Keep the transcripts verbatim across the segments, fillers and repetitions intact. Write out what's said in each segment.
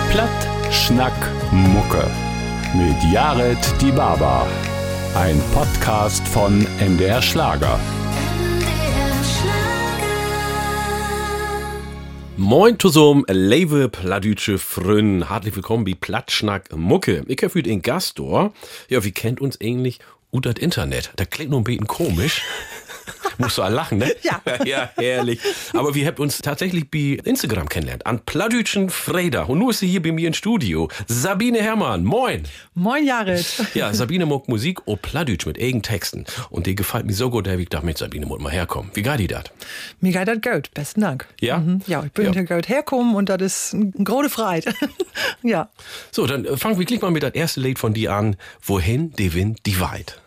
Platt, Schnack, Mucke mit Jared Die Baba. Ein Podcast von M D R Schlager. Moin zusammen, liebe plattdütsche Frön, hartlich willkommen bei Platt, Schnack, Mucke. Ich habe heute einen Gast da. Ja, wie kennt uns eigentlich unter das Internet? Das klingt nur ein bisschen komisch. Musst du all lachen, ne? Ja. Ja, herrlich. Aber wir habt uns tatsächlich bei Instagram kennengelernt. An plattdütschen Freitag. Und nun ist sie hier bei mir im Studio. Sabine Herrmann, moin. Moin, Jared. Ja, Sabine mag Musik o plattdütsch mit eigenen Texten. Und die gefällt mir so gut, dass ich dachte, mit Sabine muss mal herkommen. Wie geht die das? Mir geht das gut. Besten Dank. Ja? Mhm. Ja, ich bin Ja. hier gut herkommen und das ist eine große Freiheit. Ja. So, dann äh, fangen wir gleich mal mit das erste Lied von dir an. Wohin die Wind die weit.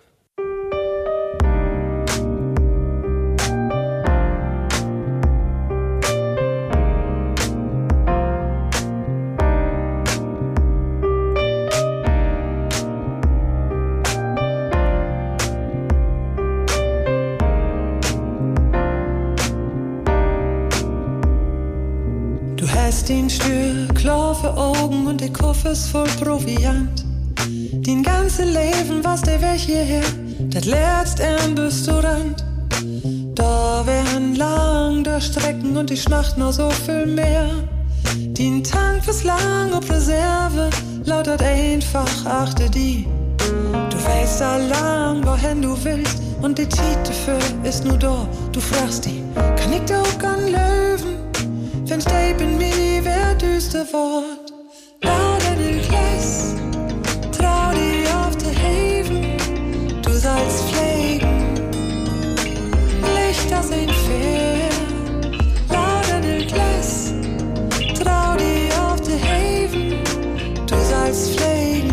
Du hast den Stür, klar für Augen und der Koffer ist voll Proviant. Dein ganze Leben was der Weg hierher, das letzte im Restaurant. Da wären lang der Strecken und die Schnacht noch so viel mehr. Den Tank fürs lang auf Reserve, lautet einfach achte die. Du weißt allang, wohin du willst und die Zeit dafür ist nur da. Du fragst die, kann ich da auch an Löwen? Wenn steht in mir wer düster Wort, laut in den Glas, trau dich auf der Haven, du sollst pflegen, Licht das ein Fair, laut in den Glas, trau dich auf der Haven, du sollst pflegen,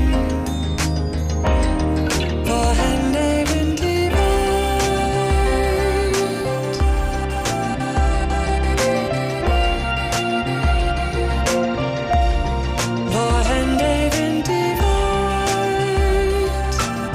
wohin der Wind die Welt. Wohin der Wind die Welt.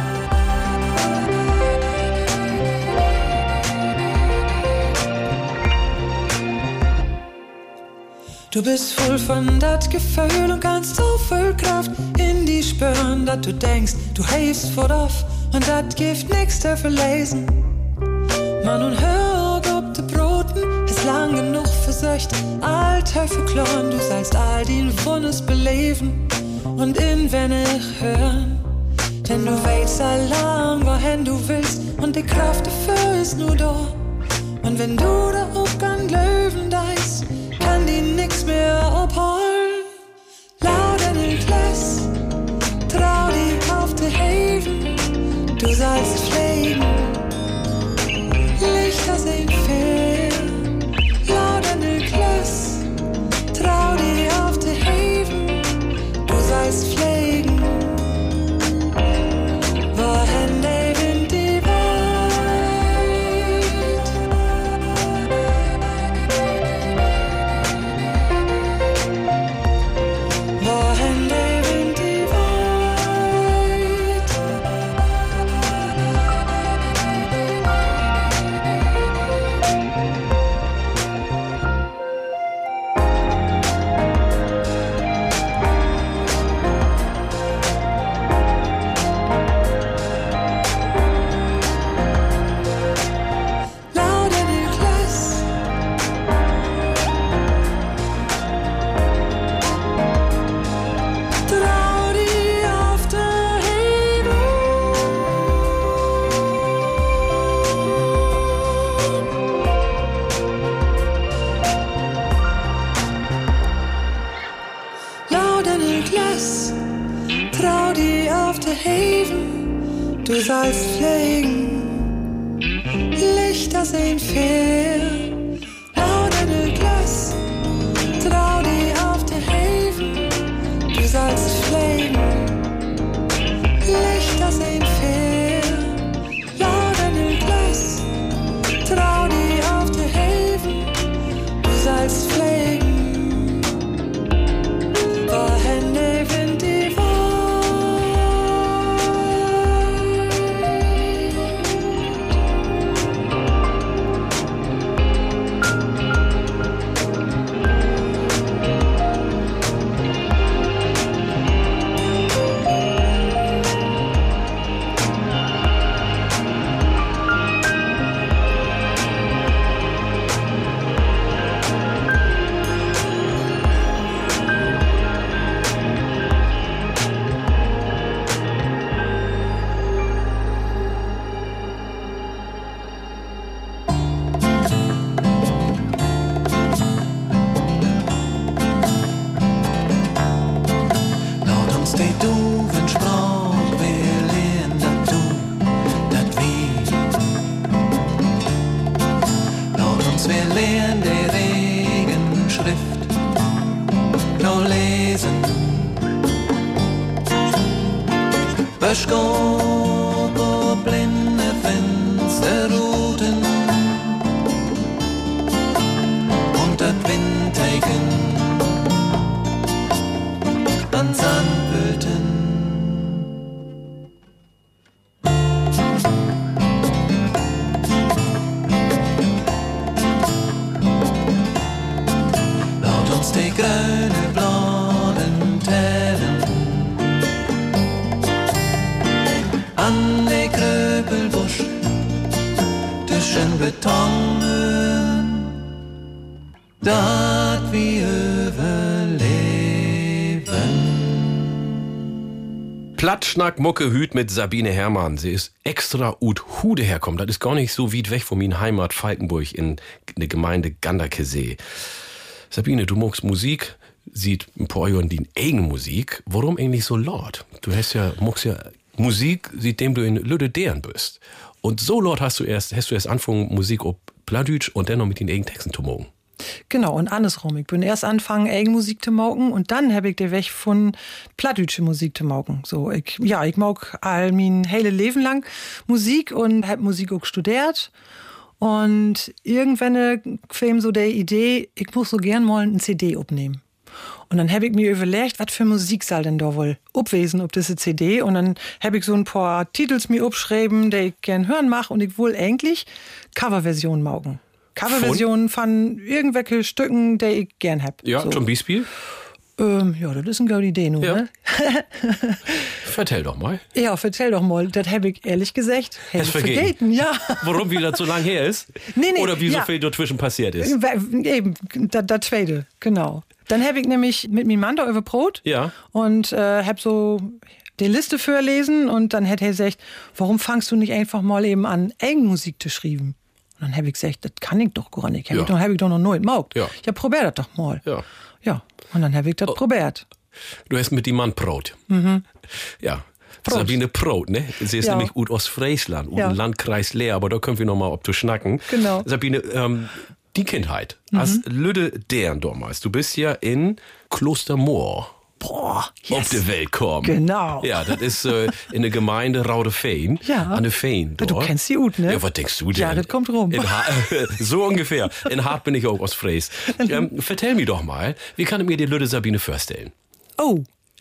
Du bist voll von dat Gefühl und kannst so viel Kraft in die spüren, dat du denkst, du hebst vorauf und dat gibt nix dafür lesen. Mann und hör ob de Broten ist lang genug versöcht, all Teufel kloren, du sollst all den Wundes beleben und in wenn ich hören. Denn du weißt allang, wohin du willst und die Kraft dafür ist nur da. Und wenn du da auch an Löwen deist, kann die nix mehr abholen. Laut in den Glas, trau dich auf der Haven, du sollst pflegen, Licht das ein Fair. Laut in den Glas, trau dich auf der Haven, du sollst pflegen, wohin der Wind die Welt. Wohin der Wind die Welt. Laut in den Glas, trau dich auf der Heben. Laut in den Glas, trau dich auf der Haven, du sollst pflegen, Licht das ein Fair. Laut in den Glas, trau dich auf der Haven, du sollst pflegen, Licht das ein Fair. Laut in den Glas, trau dich auf der Haven, du sollst pflegen, wohin der Wind die Welt. noch lesen. Beschkob op blinde Fensterruten und das Windteigen an Sandböten. Laut uns die grüne Bladen tellen an de Kröpelbusch zwischen Betonmühlen, dat wir überleben. Platschnack Mucke Hüt mit Sabine Herrmann. Sie ist extra ut Hude herkommen. Das ist gar nicht so weit weg von min Heimat Falkenburg in der Gemeinde Ganderkesee. Sabine, du magst Musik, sieht ein paar Jahren die eigene Musik. Warum eigentlich so laut? Du hast ja, magst ja Musik, seitdem du in Lüde Deren bist. Und so laut hast du erst, hast du erst angefangen, Musik auf Plattdeutsch und dann noch mit den eigenen Texten zu machen. Genau, und andersrum. Ich bin erst angefangen, eigene Musik zu machen und dann habe ich den Weg von plattdeutsche Musik zu machen. So, ich, ja, ich mag all mein hele Leben lang Musik und habe Musik auch studiert. Und irgendwann kam so der Idee, ich muss so gern mal eine C D aufnehmen. Und dann habe ich mir überlegt, was für Musik soll denn da wohl abwesen auf diese C D. Und dann habe ich so ein paar Titels mir abgeschrieben, die ich gern hören mache. Und ich will eigentlich Coverversionen machen. Coverversionen von irgendwelchen Stücken, die ich gern habe. Ja, so. Zum Beispiel? Ähm, ja, das ist eine gute Idee, nur, Ja. ne? Vertell doch mal. Ja, erzähl doch mal. Das habe ich ehrlich gesagt Hast vergeben. vergeten. Ja. Warum, wie das so lang her ist? Nee, nee, Oder wie so ja. viel dazwischen passiert ist? Eben, das, das zweite, genau. Dann habe ich nämlich mit meinem Mann da über Brot Ja. und äh, habe so die Liste vorlesen und dann hat er gesagt, warum fangst du nicht einfach mal eben an, Eigenmusik zu schreiben? Und dann habe ich gesagt, das kann ich doch gar nicht. Hab Ja. ich doch, hab ich doch noch nooit gemacht. Ja. Ja, probier das doch mal. Ja. Ja, und dann habe ich das Oh. probiert. Du hast mit dem Mann Brot. Mhm. Ja. Prost. Sabine Brot, ne? Sie ist Ja. nämlich ut Ostfriesland, ut Ja. ein Landkreis Leer, aber da können wir noch mal ob du schnacken. Genau. Sabine, ähm, die Kindheit. Als Lüde Dern damals. Du bist ja in Klostermoor Boah, auf die Welt gekommen. Genau. Ja, das ist äh, in der Gemeinde Raudefeen. Ja. An der Feen. Du dort. kennst die Ut, ne? Ja, was denkst du denn? Ja, das kommt rum. In Ha- so ungefähr. In Hart bin ich auch aus Fries. Ähm, vertell mir doch mal, wie kann ich mir die Lüde Sabine vorstellen? Oh.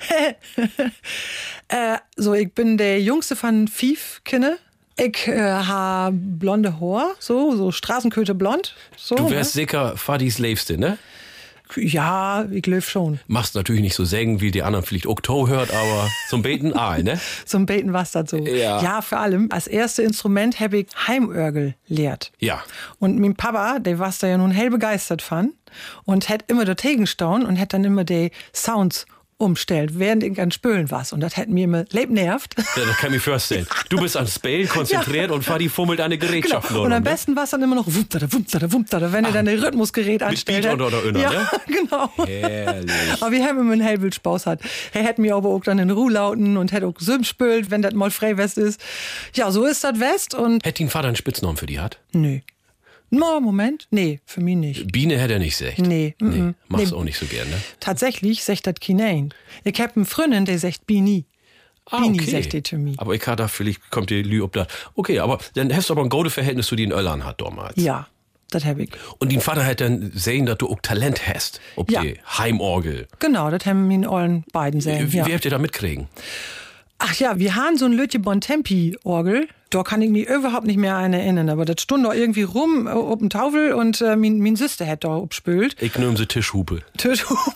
äh, so, ich bin der jüngste von fünf Kinder. Ich äh, habe blonde Haar, so, so Straßenköte blond. So, Du wärst sicher Fadis Liebste, ne? ne? Ja, ich löf schon. Machst natürlich nicht so sägen, wie die anderen vielleicht Okto hört, aber zum Beten Aal, ne? Zum Beten was das so. Ja. Ja, vor allem, als erste Instrument habe ich Heimörgel lehrt. Ja. Und mein Papa, der war da ja nun hell begeistert von und hat immer dagegen staunen und hat dann immer die Sounds umstellt, während ich an Spülen war. Und das hat mir immer leib nervt. Ja, das kann ich mir vorstellen. Du bist ans Spiel konzentriert und Fadi fummelt an der Genau. Gerätschaften. Und am ne? besten war es dann immer noch wumptada, wumptada, wumptada, wenn er dann ein Rhythmusgerät anstellt. Beat hat. oder- oder Inner, Ja, ne? genau. Herrlich. Aber wir haben immer einen hellwild Spaß hat. Er hat mir aber auch dann in Ruhlauten und hat auch Sim spült, wenn das mal Freiwest ist. Ja, so ist das West und Hätte dein Vater einen Spitznamen für die hat? nö. No, Moment. Nee, für mich nicht. Biene hätte er nicht gesagt. Nee, nee. mhm. Machst Nee. auch nicht so gern, ne? Tatsächlich sagt das Kinein. Ich hab einen Freundin, der sagt Bini. Bini sagt die zu mir. Aber ich hatte, vielleicht kommt die Lü ob da. Okay, aber dann hast du aber ein gutes Verhältnis zu den Öllern hat damals. Ja, das hab ich. Und dein Vater hat dann sehen, dass du auch Talent hast. Ob Ja. die Heimorgel. Genau, das haben mir allen beiden sehen. Wie, Ja. wie habt ihr da mitkriegen? Ach ja, wir haben so ein Lütje Bontempi-Orgel. Da kann ich mich überhaupt nicht mehr an erinnern. Aber das stund da irgendwie rum äh, auf dem Tafel und äh, mein, mein Süster hat da abspült. Ich nehme sie Tischhupe. Tischhupe.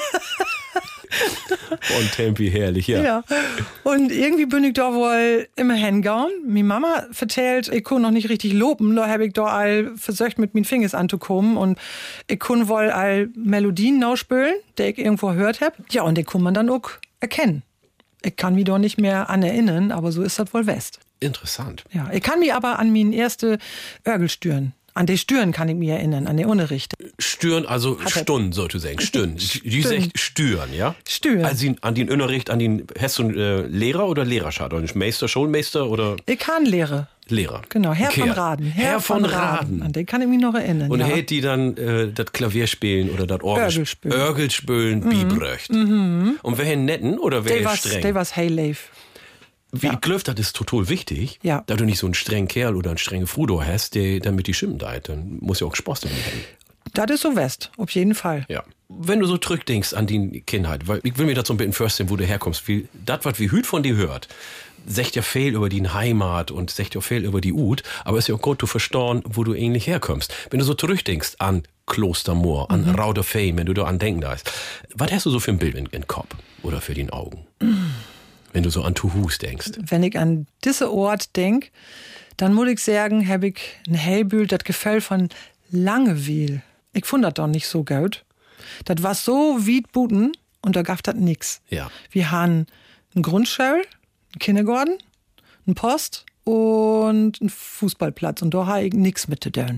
Und Tempi, herrlich, ja. Ja. Und irgendwie bin ich da wohl immer hingegangen. Meine Mama vertellt, ich kann noch nicht richtig loben. Da habe ich da all versucht, mit meinen Fingers anzukommen. Und ich kann wohl all Melodien nachspülen, die ich irgendwo gehört habe. Ja, und die kann man dann auch erkennen. Ich kann mich da nicht mehr an erinnern, aber so ist das wohl West. Interessant. Ja, ich kann mich aber an meine erste Örgel stören. An die Stüren kann ich mich erinnern, an die Unterricht. Stüren, also Stunden, sollte sagen. Stüren. Du sagst Stüren, ja? Stüren. Also an den Unterricht, an den, hast du einen äh, Lehrer oder Lehrerschaft? Oder einen Meister, Schulmeister oder? Ich kann Lehre. Lehrer. Genau, Herr Okay. von Raden. Herr, Herr von, von Raden. Raden. An den kann ich mich noch erinnern. Und ja. hätt die dann äh, das Klavier spielen oder das Orgelspülen. Orgelspülen mhm. bibröcht. Mhm. Und wer netten oder wer streng? Der was hey Leif. Wie ja. Glöft, das ist total wichtig, ja. da du nicht so einen strengen Kerl oder einen strengen Frudo hast, der damit die Schimmen deit. Dann muss ja auch Spaß damit haben. Das ist so West, auf jeden Fall. Ja. Wenn du so zurückdenkst an die Kindheit, weil ich will mir das so ein bisschen vorstellen, wo du herkommst, wie das, was wie Hüt von dir hört, sagt ja viel über die Heimat und sagt ja viel über die Ut, aber ist ja auch gut zu verstehen, wo du eigentlich herkommst. Wenn du so zurückdenkst an Klostermoor, an mhm. Rauderfein, wenn du da an denken darfst, was hast du so für ein Bild in den Kopf oder für den Augen? Mhm. Wenn du so an Tuhus denkst. Wenn ich an diese Ort denk, dann muss ich sagen, habe ich ein Hellbild, das Gefäll von Langewiel. Ich fand das doch nicht so gut. Das war so wie Buten und da gab das nix. Ja. Wir haben einen Grundschule, einen Kindergarten, einen Post und einen Fußballplatz und da habe ich nix mit zu tun.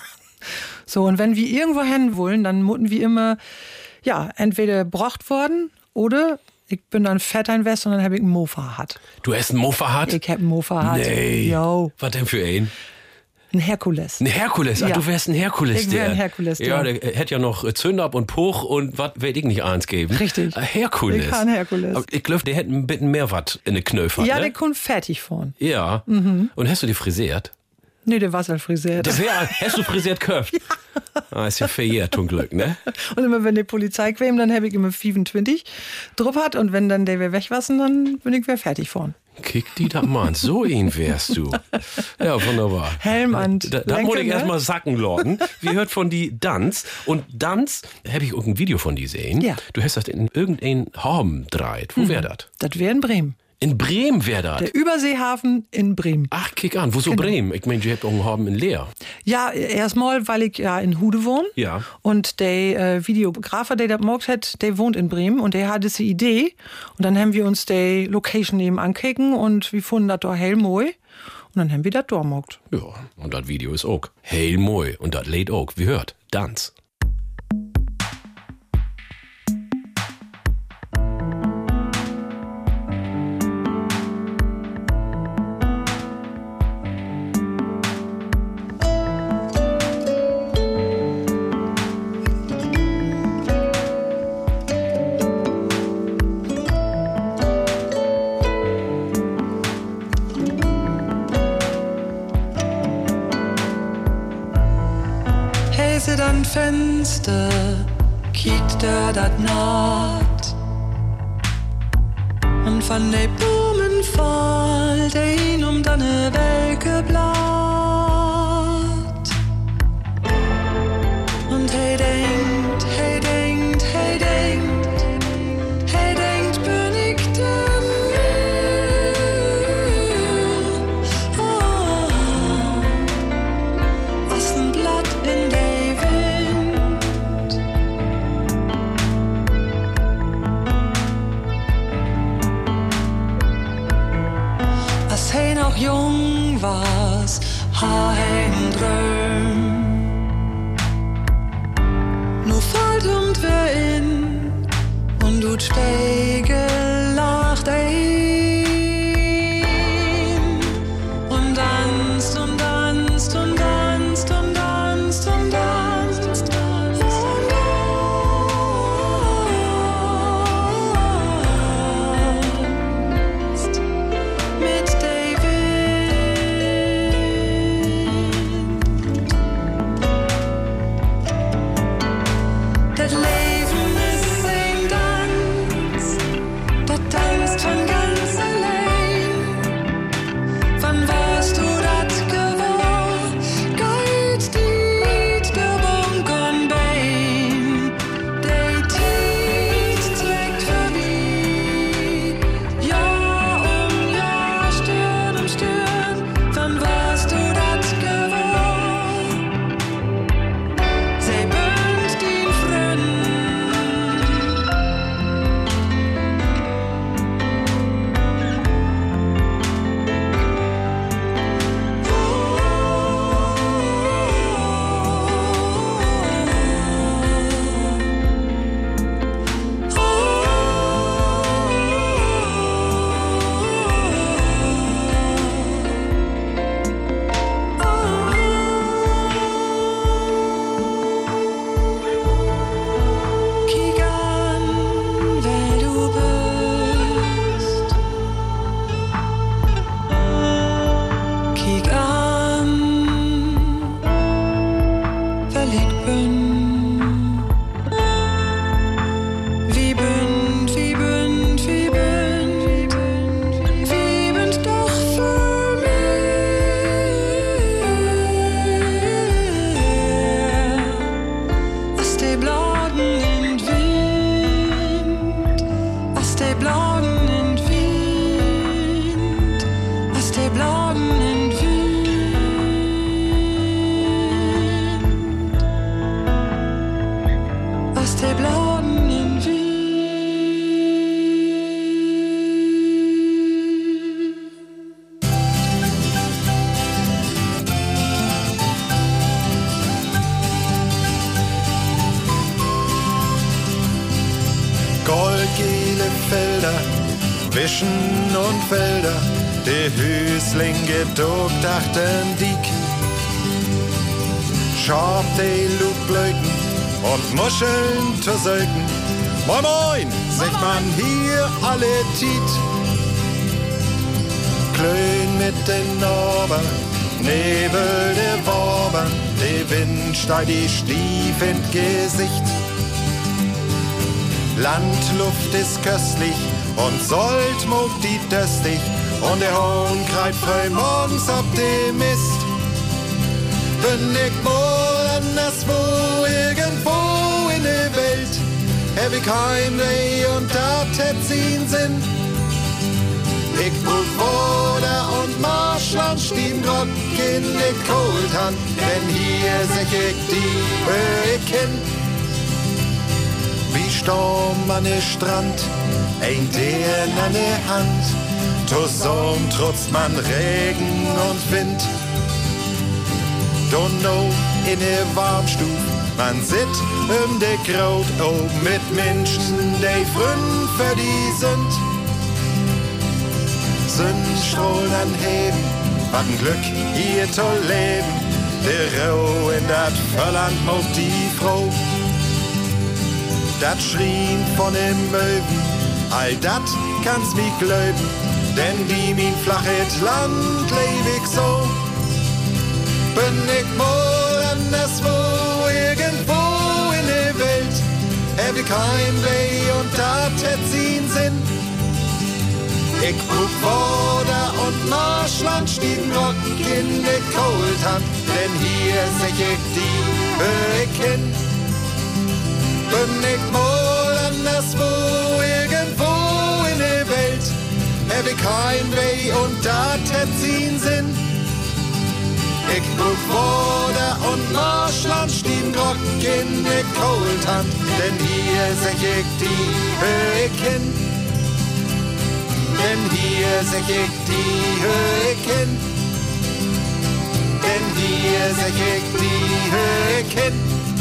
So, und wenn wir irgendwo hin wollen, dann mussten wir immer, ja, entweder gebracht worden oder ich bin dann fett ein West und dann habe ich einen Mofa gehabt. Du hast einen Mofa gehabt? Ich hab einen Mofa gehabt. Nee. Jo. Was denn für ein? Ein Herkules. Ein Herkules? Ach, ja. Du wärst ein Herkules. Ich wär ein Herkules, der. Ja, der hätte ja noch Zündab und Puch und was werd ich nicht eins geben. Richtig. Ein Herkules. Ich kann Herkules. Aber ich glaube, der hätte ein bisschen mehr was in der Knöpfe. Ja, ne? der kommt fertig vorn. Ja. Mhm. Und hast du die frisiert? Nee, der war halt frisiert. Der wär, hast du frisiert Köpf? Ja. Ah, ist ja verjährt, zum Glück, ne? Und immer wenn die Polizei käme, dann habe ich immer fünfundzwanzig drauf hat und wenn dann der wir wegwassen, dann bin ich wieder fertig vorn. Kick die da mal an, so ihn wärst du. Ja, wunderbar. Helm an. Da, da muss ich ne? erstmal sacken lorden. Wir hört von die Danz. Und Danz, habe ich irgendein Video von die gesehen. Ja. Du hast das in irgendein Hafen dreit. Wo mhm. wär das? Das wär in Bremen. In Bremen wär das? Der Überseehafen in Bremen. Ach, kick an. Wo so genau. Bremen? Ich meine, ihr habt auch einen Hafen in Leer. Ja, erstmal, weil ich ja in Hude wohne. Ja. Und der äh, Videografer, der das gemacht hat, der wohnt in Bremen und der hatte diese Idee. Und dann haben wir uns die Location eben angucken und wir fanden das da hellmoi. Und dann haben wir das da gemacht. Ja, und das Video ist auch hellmoi. Und das lädt auch. Wie hört? Danz. An Fenster kiekt da dat Naht und von de Blumen fall den um deine welke Blatt und hey denkt, hey denkt, hey denkt, hey denkt bin ich denn oh, was ein Blatt in der hey noch jung war's, ha ein Dröm. Nur fallt und wer in und du Spiegel lacht ein und tanzt und tanzt und tanzt und tanzt und tanzt und tanzt. Felder, Wischen und Felder, die Hüsling gedogt achten Diek. Schab die Lugblöken und Muscheln zu söken. Moin moin, sagt man hier alle Tiet. Klön mit den Norber, Nebel der Worber, der Wind steigt die Stief in Gesicht. Landluft ist köstlich und sollt mog die döstig und der Hohn kreit frei morgens ob dem Mist. Bin ich wohl anderswo, irgendwo in der Welt, hab ich Heimweh und dat hätt sie'n Sinn. Ich brauch Woder und Marschland stehen grad in die Kohltan, denn hier sech ich die Böken. Wie Sturm an der Strand, ein Dern an der Hand, zusammen trotzt man Regen und Wind. Don't know in der Warmstuf, man sit um de Kraut oben mit Menschen, die frün für die sind. Sonnenstrahlen an Heben, wat ein Glück hier zu leben. Der Rau in dat Verland macht die Frau. Dat schrien von dem Möwen, all dat kann's mi glöben, denn wie min flachet Land leb ich so. Bin ich wohl anderswo, irgendwo in der Welt, hab ich Heimweh und dat hätt sie'n Sinn. Ich brauch Woder und Marschland stehen rock in de Kohltan, denn hier sech ich die Böken. Bin ich wohl anderswo, irgendwo in der Welt, hab ich Heimweh und dat hätt sie'n Sinn. Ich brauch Woder und Marschland stehen rock in de Kohltan, denn hier sech ich die Böken. Denn hier sech ich die Höken. Denn hier sech ich die Höken.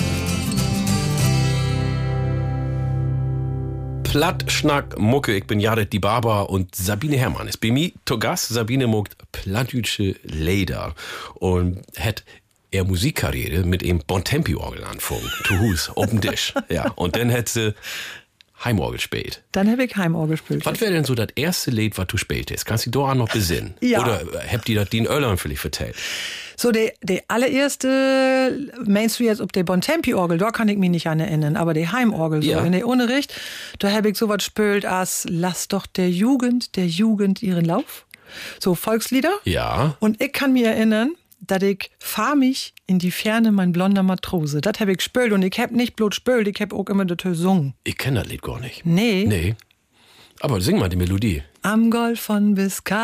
Plattschnack Mucke, ich bin Jared die Barber und Sabine Herrmann ist bei mir zu Gast. Sabine mogt plattdütsche Leder und hat er Musikkarriere mit einem Bontempi-Orgel angefangen. To Hus, Open Dish. Ja, und dann hat sie Heimorgel gespielt. Dann hab ich Heimorgel gespielt. Was wäre denn so das erste Lied, was du spieltest? Kannst du dich da noch besinnen? Ja. Oder habt ihr das den Öllern vielleicht vertellt? So, der der allererste, meinst du jetzt ob der Bontempi-Orgel, da kann ich mich nicht an erinnern, aber der Heimorgel, so Ja. in der Unterricht, da hab ich sowas gespielt als Lass doch der Jugend, der Jugend ihren Lauf. So Volkslieder. Ja. Und ich kann mich erinnern, dass ich fahr mich in die Ferne, mein blonder Matrose. Das hab ich gespielt und ich hab nicht bloß gespielt, ich hab auch immer das gesungen. Ich kenne das Lied gar nicht. Nee. Nee. Aber sing mal die Melodie. Am Golf von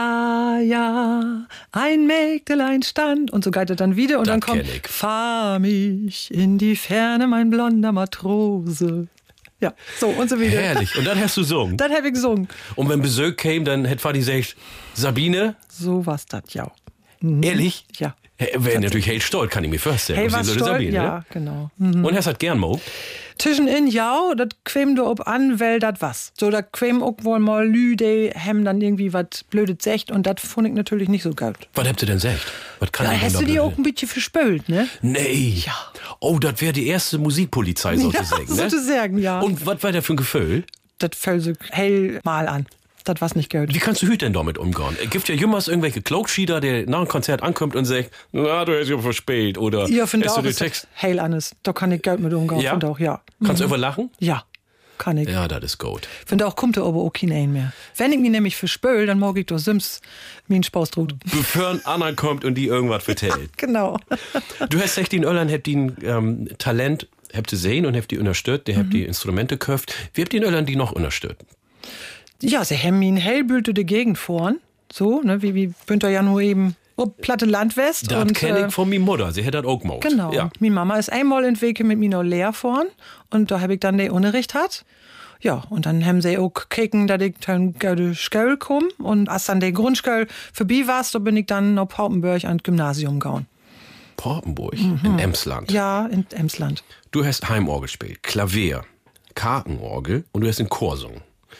Biskaya ein Mägdelein stand und so geht das dann wieder und Das dann kommt kenn ich. Fahr mich in die Ferne, mein blonder Matrose. Ja, so und so wieder. Herrlich. Und dann hast du gesungen. Das hab ich gesungen. Und wenn Besuch käme, dann hätte Fadi gesagt, Sabine, So war's das, ja. ehrlich? Ja. Wäre natürlich hell stolz, kann ich mir vorstellen. Hey, Was was sie so stolz? Sabine, Ja, ne? genau. Und hast das gern mo? Zwischen in ja, das quem du ob an, weil dat was. So, da quem auch wohl mal Lü, die hem dann irgendwie was Blödes secht und das fand ich natürlich nicht so gut. Was habt ihr denn gesagt? Was kann Da ich denn hast da du die blöde? auch ein bisschen verspült, ne? Nee. Ja. Oh, das wäre die erste Musikpolizei sozusagen, Ja, ne? sozusagen, ja. Und was war der für ein Gefühl? Das fällt so hell mal an. Das was nicht gut. Wie kannst du heute denn damit umgehen? Es gibt ja jemals irgendwelche Klogschieder, der nach einem Konzert ankommt und sagt, na, du hast ja verspielt. Oder Ihr findet hast auch, du den ist Text? hell an ist. Da kann ich gut mit umgehen. Ja? Find auch, ja. Kannst du über lachen? Ja, kann ich. Ja, das ist gut. Finde auch, kommt da aber auch kein ein mehr. Wenn ich mich nämlich verspül, dann mag ich doch Sims mir einen Spaß drücken. Bevor ein anderer kommt und die irgendwas vertellt. Genau. Du hast gesagt, in Irland habt die ähm, Talent, habt ihr sehen und habt die unterstützt, der habt die Instrumente gekauft. Wie habt ihr in Irland die noch unterstützt? Ja, sie haben mir in hellbülte die Gegend fahren. So, ne, wie, wie bünd ja nur eben ob platte Landwest. Das und kenne äh, ich von mir Mutter, sie hat das auch gemacht. Genau. Ja. Meine Mama ist einmal in Wege mit mir noch leer fahren und da habe ich dann den Unterricht hat. Ja, und dann haben sie auch gekeken, dass ich dann gute Schule komme. Und als dann der Grundschule vorbei war, da bin ich dann nach Paupenburg ans Gymnasium gegangen. Portenburg in Emsland. Ja, in Emsland. Du hast Heimorgel gespielt, Klavier, Kartenorgel und du hast in Chor gesungen.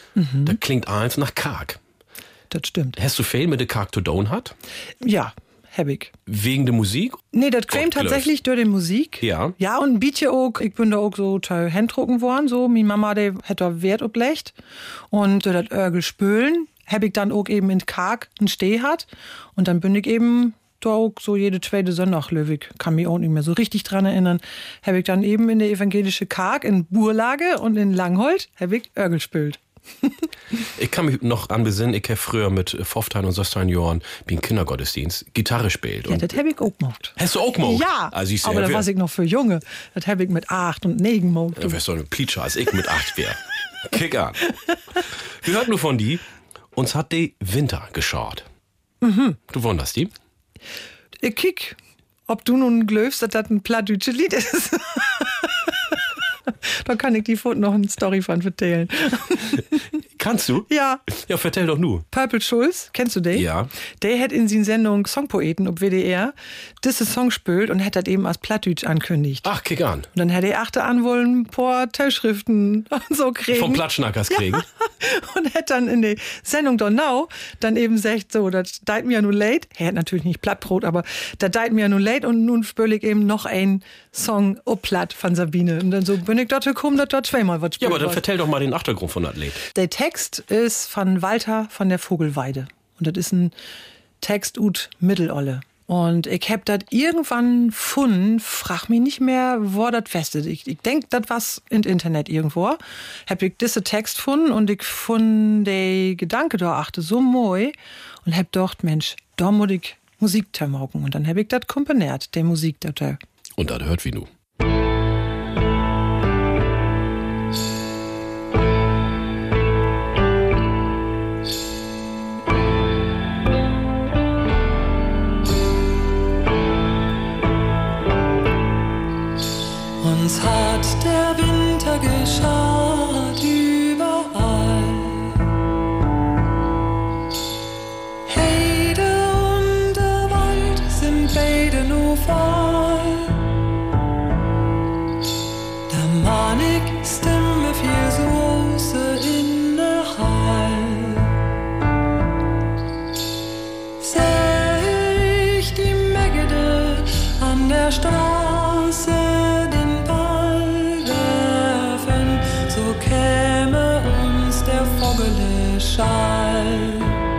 Mhm. Da klingt eins nach Karg. Das stimmt. Hast du viel mit der Karg to down hat? Ja, hab ich. Wegen der Musik? Nee, das kam Gott, tatsächlich durch die Musik. Ja. Ja, und ein bisschen auch, ich bin da auch so zu Händrucken worden, so. Meine Mama, die hat da Wert oblecht. Und durch das Örgel spülen, hab ich dann auch eben in Karg einen Steh hat. Und dann bin ich eben da auch so jede zweite Sonntag, Löwig, kann mich auch nicht mehr so richtig dran erinnern, hab ich dann eben in der evangelische Karg in Burlage und in Langholt, hab ich Örgel spült. Ich kann mich noch an besinnen, ich habe früher mit fünfzehn und sechzehn Jahren wie ein Kindergottesdienst Gitarre gespielt. Ja, das hab ich auch gemacht. Hast du auch gemacht? Ja, also ich aber da war ich noch für Junge. Das hab ich mit acht und neun gemacht. Da wärst du ein Plitscher, als ich mit acht wär. Kick an. Wir hörten nur von die, uns hat die Winter geschaut. Mhm. Du wunderst die? Ich kick, ob du nun glaubst, dass das ein plattdeutsches Lied ist. Da kann ich die Foto noch eine Story von erzählen. Kannst du? Ja. Ja, vertell doch nur. Purple Schulz, kennst du den? Ja. Der hat in seiner Sendung Songpoeten auf W D R diese Song spielt und hat das eben als Plattdeutsch ankündigt. Ach, kick an. Und dann hat er achte an wollen ein paar Teilschriften und so kriegen. Vom Platschnackers kriegen. Ja. Und hat dann in der Sendung Donau dann eben gesagt, so, das deit mir ja nun late. Er hat natürlich nicht Plattbrot, aber das deit mir ja nun late und nun spüle ich eben noch ein Song o Platt von Sabine. Und dann so bin ich dort gekommen, dass dort zweimal was Ja, aber spült dann wird. vertell doch mal den Achtergrund von Athlet. Der Text ist von Walter von der Vogelweide. Und das ist ein Text ut Mittelolle. Und ich hab das irgendwann gefunden, frag mich nicht mehr, wo das fest ist. Ich, ich denk, das was im Internet irgendwo. Hab ich diesen Text gefunden und ich fand den Gedanke da achte so moi und hab gedacht, Mensch, da muss ich Musik machen. Und dann hab ich das komponiert, der Musik da. Und das hört wie nu. Uns hat der Winter geschaut überall. Heide und der Wald sind beide nur voll. Der Manik Stimme viel so große in der Hall. Seh ich die Mägde an der Straße den Ball werfen, so käme uns der Vogele Schall.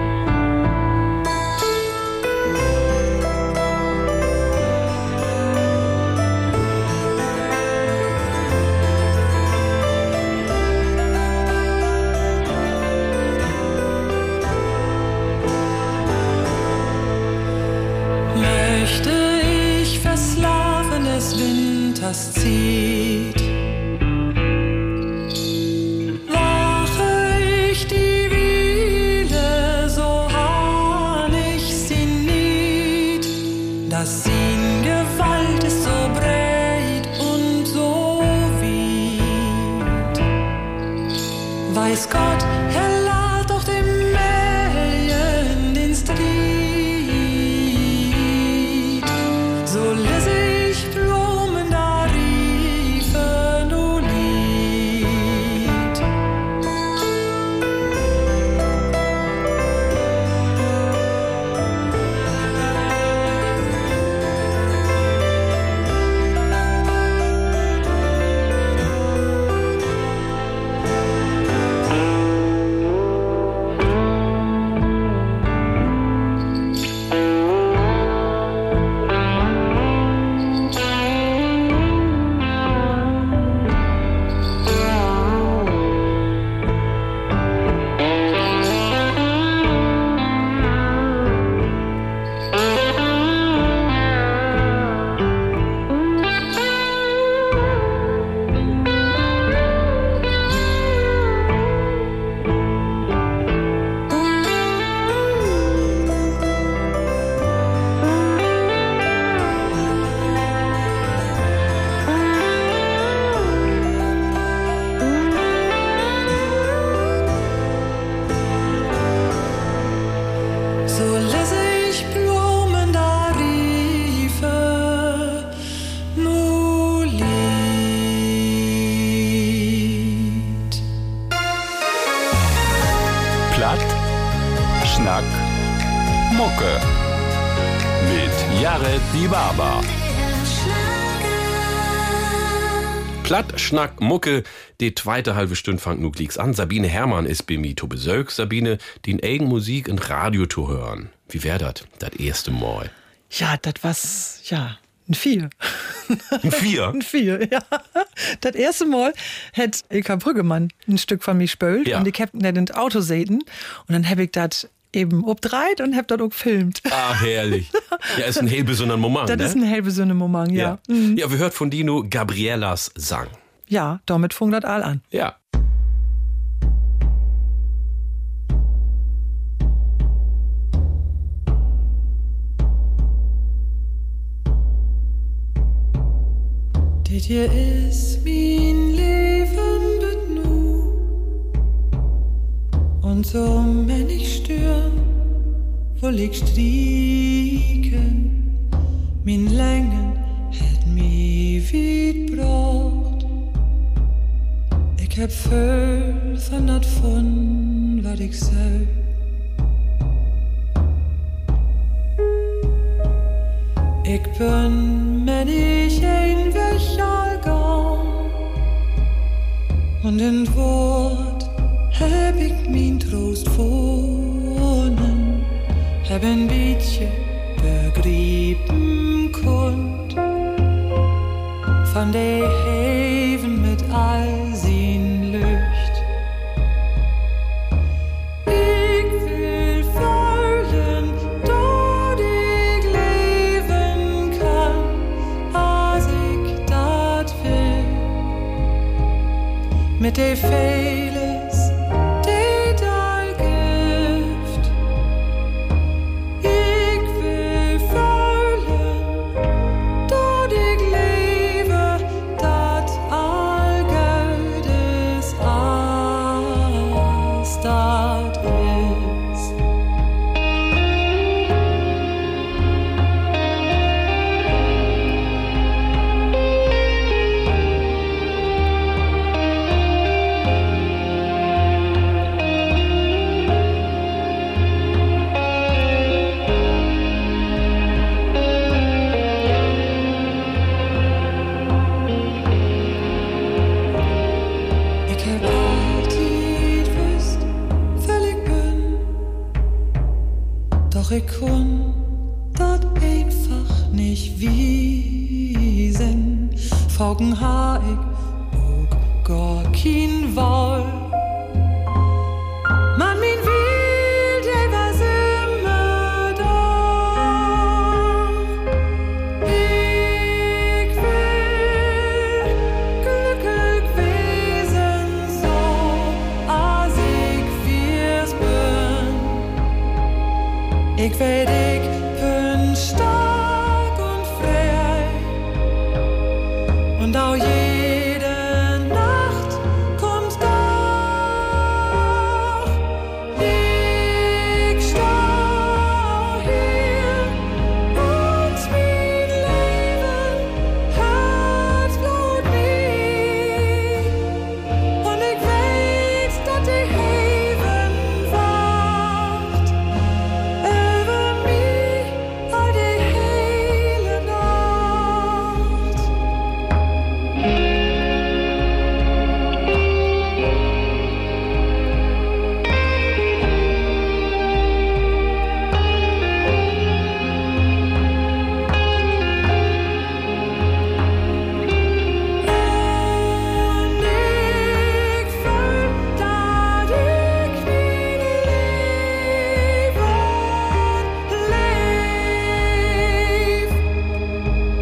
Möchte ich verslaven des Winters zieht, wache ich die Wiele, so hahn ich sie nied, dass sin Gewalt ist so breit und so weit. Weiß Gott, er lad doch dem Mähen den Stried, so lässt ich Blumen da riefen du Lied. Platt, Schnack, Mucke. Mit Jared Die Baba. Platt, Schnack, Mucke, die zweite halbe Stunde fangt nu glicks an. Sabine Herrmann ist bei mir zu Besuch. Sabine, die eigen Musik in Radio zu hören. Wie wär dat, das erste Mal? Ja, das was, ja, ein Vier. Ein Vier? Ein Vier, ja. Das erste Mal hat Ilka Brüggemann ein Stück von mir spült Ja. und ich hab nicht ins Auto säten und dann hab ich das eben obdreit und hab das auch gefilmt. Ah, herrlich. Ja, ist ein hell besonderer Moment, Das ne? ist ein hell besonderer Moment, ja. ja. Mhm. Ja, wir hört von Dino Gabriellas Sang. Ja, damit fängt das all an. Ja. Dit hier is mijn leven bet nu. Und so wenn ich stürm, wohl ich strieken, min Längen hätt mi weit braucht. Ich hab voll von dat von, wat ich soll. Ich bin, wenn ich ein Wächer gang, und in Wort hab ich mein Trost gefunden, hab ein bisschen begrieben konnt, von der Haven mit all sin Lücht. Ich will folgen, dort ich leben kann, als ich dat will. Mit de Fehles, die da gift. Ich will folgen, dort ich lebe, dat all Geld ist, als dat ist. Ich hab altid wüsst, wer ich bin, doch ich kon dat einfach nicht wiesen. Folgen ha ich auch gar kein Woll. Man, min will, der was immer da. Ich will glücklich wesen, so als ich wir's bin. Ich weet, ich bin stark und frei und auch jede Nacht kommt doch. Ich steh hier und mein Leben Herzblut nie. Und ich weiß, dass die Haven wacht über mich all die hele Nacht. Und ich fühl, dass ich mein Leben leb.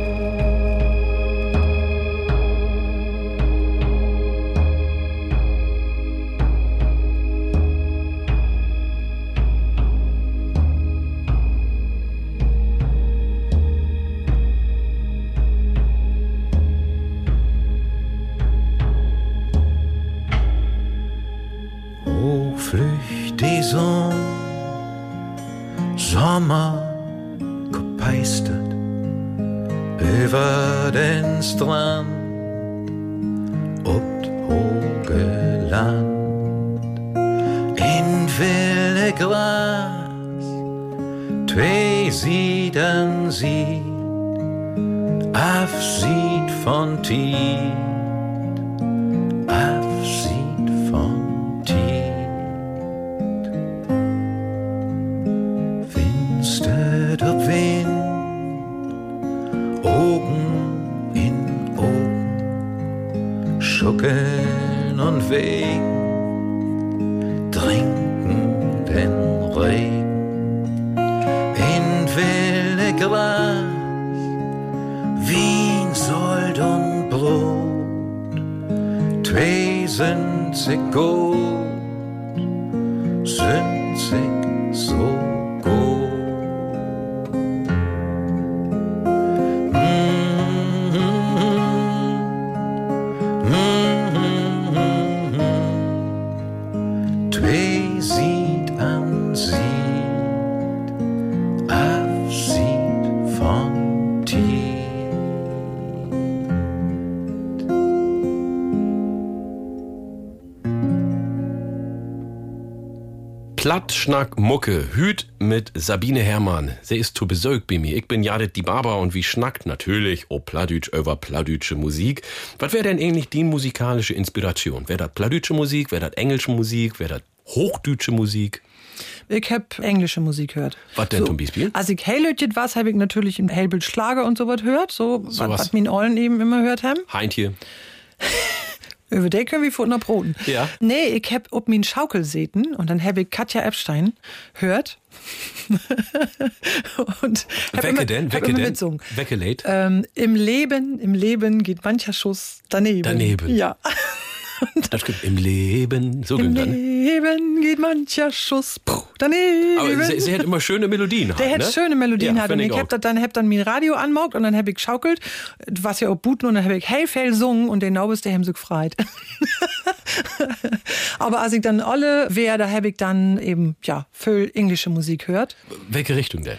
Oh, flücht die Sonne, Sommer gepeistet über den Strand, ob hohe Land. In dann sieht, Abschied von Tiet, Abschied von Tiet. Winstet ob Wind, Augen in Augen, Schuckeln und Wegen, trinken den Regen. In wilde Gras, Wien, Sold und Brot, zwei sind sich gut, sind sich so gut. Plattschnack Mucke, Hüt mit Sabine Herrmann. Sie ist zu Besuch bei mir. Ich bin Jared die Baba und wie schnackt natürlich o Plattdütsch über plattdütsche Musik. Was wäre denn eigentlich die musikalische Inspiration? Wäre das plattdütsche Musik, wäre das englische Musik, wäre das hochdütsche Musik? Ich hab englische Musik gehört. Was denn so, zum Beispiel? Als ich Heilötjet was, habe ich natürlich im Heilbild Schlager und sowas gehört. So, So was was. min Ollen eben immer gehört haben. Heintje. Über den können wir vor noch broten. Ja. Nee, ich hab ob min Schaukelsäten und dann hab ich Katja Epstein hört. und hab Wecke immer, denn? hab Wecke immer denn? mitsungen. Weckelate? Ähm, Im Leben, im Leben geht mancher Schuss daneben. Daneben. Ja. Das gibt im Leben. So Im ging dann. Leben geht mancher Schuss puh, daneben. Aber sie, sie hat immer schöne Melodien. Der halt, hat ne? schöne Melodien Ja, hat und find ich ich hab auch. das dann hab dann mein Radio anmaugt und dann hab ich geschaukelt, was ja auch buten und dann hab ich hey viel sungen und den Naubes der haben so gefreit. Aber als ich dann alle wär, da hab ich dann eben ja viel englische Musik hört. Welche Richtung denn?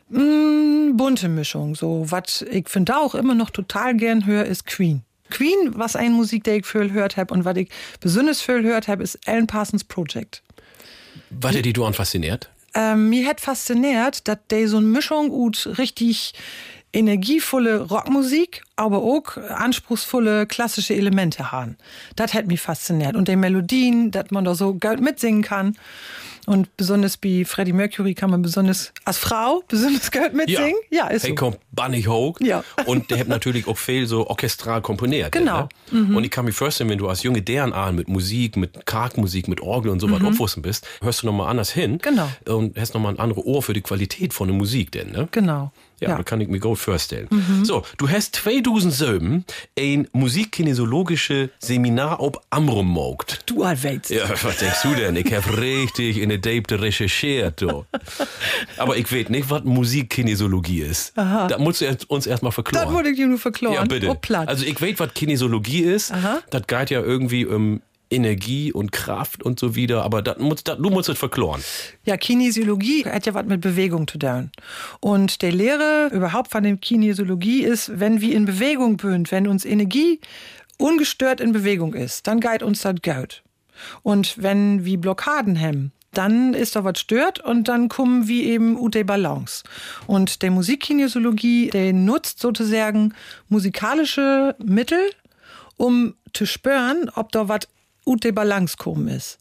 Mm, bunte Mischung, so was ich finde auch immer noch total gern höre ist Queen. Queen, was eine Musik, die ich viel gehört hab und was ich besonders viel gehört hab, ist Alan Parsons Project. Was hat die du an fasziniert? Ähm, mir hat fasziniert, dass der so eine Mischung ut richtig energievolle Rockmusik, aber auch anspruchsvolle klassische Elemente haben. Das hat mich fasziniert. Und die Melodien, dass man da so gut mitsingen kann. Und besonders bei Freddie Mercury kann man besonders als Frau besonders gut mitsingen. Ja, ist Hey, so. kommt Bunny Hoke. Ja. Und der hat natürlich auch viel so orchestral komponiert. Genau. Ne? Mhm. Und ich kann mir vorstellen, wenn du als junge deren an mit Musik, mit Kargmusik, mit Orgel und so was aufwussen bist, hörst du nochmal anders hin. Genau. Und hast nochmal ein anderes Ohr für die Qualität von der Musik denn, ne? Genau. Ja, Ja. da kann ich mir gut vorstellen. So, du hast zweitausendsieben ein musikkinesiologische Seminar ob Amrum mogt. Du allweits. Ja, was denkst du denn? Ich hab richtig in der Date recherchiert, du. Aber ich weiß nicht, was Musikkinesiologie ist. Aha. Da musst du erst- uns erstmal verklauen. Das wurde ich dir nur verklauen. Ja, bitte. Oh, platt. Also ich weiß, was Kinesiologie ist. Aha. Das geht ja irgendwie um Energie und Kraft und so wieder. Aber das muss, das, du musst es verklauen. Ja, Kinesiologie hat ja was mit Bewegung zu tun. Und der Lehre überhaupt von der Kinesiologie ist, wenn wir in Bewegung sind, wenn uns Energie ungestört in Bewegung ist, dann geht uns das gut. Und wenn wir Blockaden haben, dann ist da was stört und dann kommen wir eben ut der Balance. Und der Musikkinesiologie, der nutzt sozusagen musikalische Mittel, um zu spüren, ob da was ut der Balance kommen ist.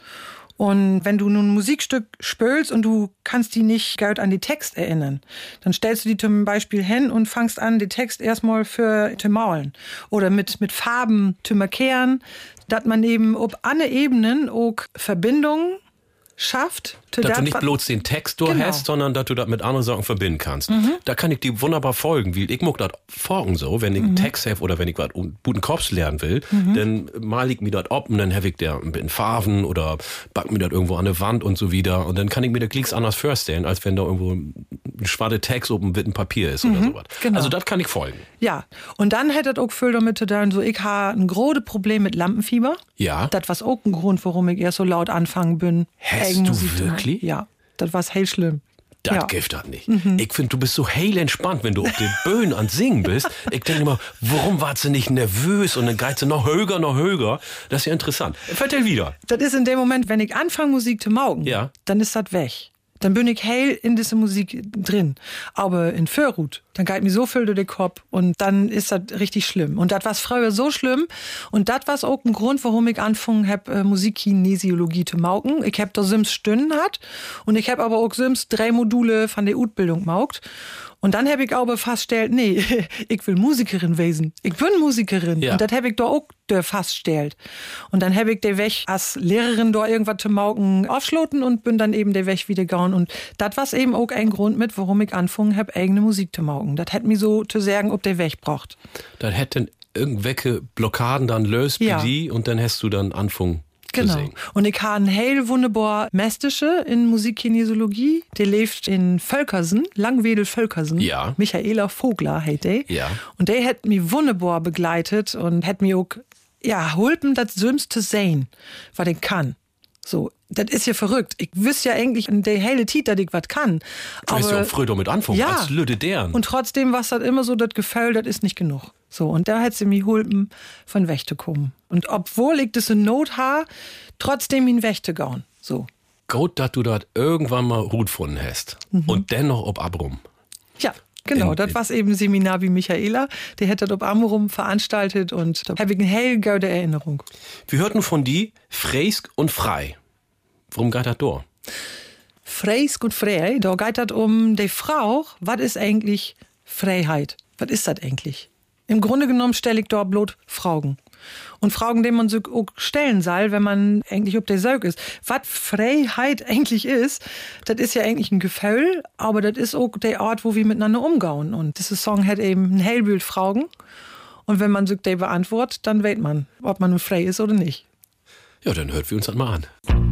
Und wenn du nun ein Musikstück spölst und du kannst die nicht gut an die Text erinnern, dann stellst du die zum Beispiel hin und fangst an, den Text erstmal für zu maulen. Oder mit, mit Farben zu markieren, dass man eben ob alle Ebenen auch Verbindungen schafft. zu Dass dat, du nicht wa- bloß den Text du Genau. hast, sondern dass du das mit anderen Sachen verbinden kannst. Da kann ich dir wunderbar folgen. Wie ich mag das folgen so, wenn ich einen Text habe oder wenn ich was guten Kopf lernen will, dann mal ich mir das ab und dann habe ich der in Farben oder back mir das irgendwo an der Wand und so wieder. Und dann kann ich mir das Klicks anders vorstellen, als wenn da irgendwo ein schwarzer Text oben mit einem Papier ist oder sowas. genau. Also das kann ich folgen. Ja, und dann hätte das auch viel damit zu tun, so ich habe ein großes Problem mit Lampenfieber. Ja. Das war auch ein Grund, warum ich erst so laut anfangen bin. Hast Eigen du Musik zu machen. wirklich? Ja, das war hell schlimm. Das Ja. gibt das nicht. Ich finde, du bist so heil entspannt, wenn du auf den Böen an Singen bist. Ich denke immer, warum warst du nicht nervös und dann geht's noch höher, noch höher. Das ist ja interessant. Vertell wieder. Das ist in dem Moment, wenn ich anfange, Musik zu maugen, Ja. dann ist das weg. dann bin ich heil in diese Musik drin. Aber in Förrut, dann geht mir so viel durch den Kopf und dann ist das richtig schlimm. Und das war früher so schlimm und das war auch ein Grund, warum ich angefangen habe, äh, Musikkinesiologie zu mauken. Ich habe da Sims Stunden hat und ich habe aber auch Sims drei Module von der Utbildung maukt. Und dann habe ich aber festgestellt, nee, ich will Musikerin wesen. Ich bin Musikerin. Ja. Und das habe ich da auch festgestellt. Und dann habe ich der Weg als Lehrerin da irgendwas zu mauken aufschloten und bin dann eben der Weg wieder gegangen. Und das war eben auch ein Grund mit, warum ich angefangen habe, eigene Musik zu mauken. Das hat mir so zu sagen, ob der Weg braucht. Dann hätten irgendwelche Blockaden dann löst Ja. bei die und dann hast du dann anfangen zu Genau. singen. Und ich habe einen heil wunderbar Mestische in Musikkinesiologie. Der lebt in Völkersen, Langwedel Völkersen. Ja. Michaela Vogler heißt der. Ja. Und der hat mich wunderbar begleitet und hat mir auch, ja, holpen, das Sims zu sehen, was ich kann. So, das ist ja verrückt. Ich wüsste ja eigentlich in der helle Tit, dass ich was kann. Du hast ja auch früher damit anfangen, Ja. als Lüde deren. Und trotzdem war es das immer so, das Gefühl, das ist nicht genug. So, und da hat sie mich geholfen, von weg zu kommen. Und obwohl ich das in Not habe, trotzdem ihn wegzugauen. So. Gut, dass du das irgendwann mal Ruhe gefunden hast. Mhm. Und dennoch ob Abrum. Ja, genau. In- Das war eben ein Seminar wie Michaela. Der hat das ob Amorum veranstaltet und da habe ich eine hell gute Erinnerung. Wir hörten von die Freisk und Frei. Worum geht das da? Freisk und frei, da geht das um die Frau. Was ist eigentlich Freiheit? Was ist das eigentlich? Im Grunde genommen stelle ich da bloß Fragen. Und Fragen, die man sich auch stellen soll, wenn man eigentlich auf der Suche ist. Was Freiheit eigentlich ist, das ist ja eigentlich ein Gefühl, aber das ist auch der Ort, wo wir miteinander umgehen. Und dieser Song hat eben ein Hellbild Fragen. Und wenn man sich die beantwortet, dann weiß man, ob man nun frei ist oder nicht. Ja, dann hört wir uns das mal an.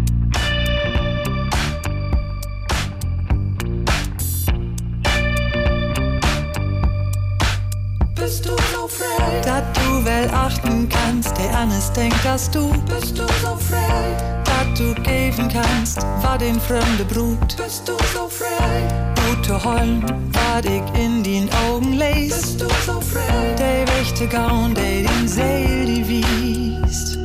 Bist du so frei, dass du wel achten kannst, der anders denkt als du? Bist du so frei, dass du geben kannst, was den Fremde brut? Bist du so frei, gut zu holen, was ich in den Augen les? Bist du so frei, der wächte Gaun, der den Seel die wiest?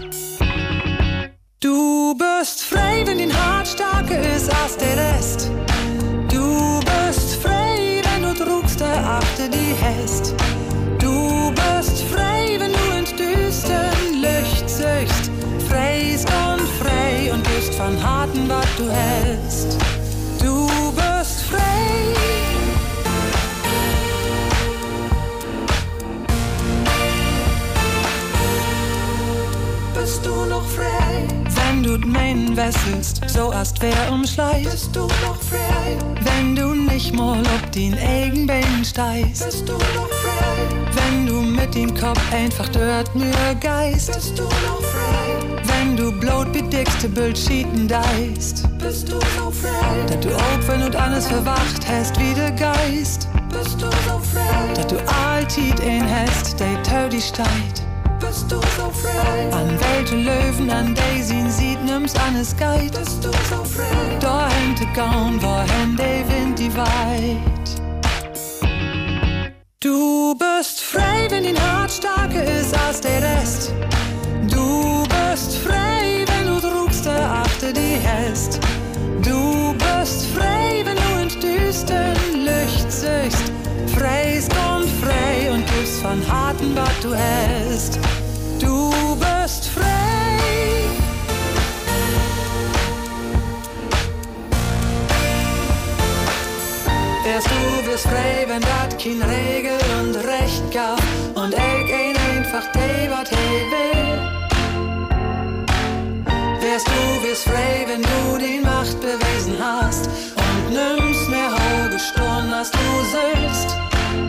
Du bist frei, wenn dein Hart starker ist als der Rest. Du bist frei, wenn du trugst, der achte die Hest. Du bist frei, wenn du ins düstern Licht siehst. Frei ist und frei und bist von harten, was du hast. Du bist frei. Bist du noch frei? Wenn du meinen wesselst, so erst wer umschleicht. Bist du noch frei? Wenn du nicht mal ob den Eigenbein steigst. Bist du noch frei? Wenn du mit dem Kopf einfach dort nur geist. Bist du noch frei? Wenn du blot bedickste Bullshitten deist. Bist du so frei? Dass du auch, wenn du alles verwacht hast, wie der Geist. Bist du so frei? Dass du alltid ein hast, der tau die steigt. Bist du so frei? An welche Löwen, an Daisy sieht, nimmst an es Geit. Bist du so frei? Dahin zu gaun, wohin der Wind die weit. Du bist frei, wenn dein Hart starker ist als der Rest. Du bist frei, wenn du trugst, der achte die Hest. Du bist frei, wenn du ins düstern Licht siehst. Frei ist und frei und bist von harten, was du hast. Du bist frei. Wärst du wirst frei, wenn dat kein Regel und Recht gab und ich ein einfach de, wat he will. Wärst du wirst frei, wenn du die Macht bewiesen hast und nimmst mehr hohe Sturm, als du sollst.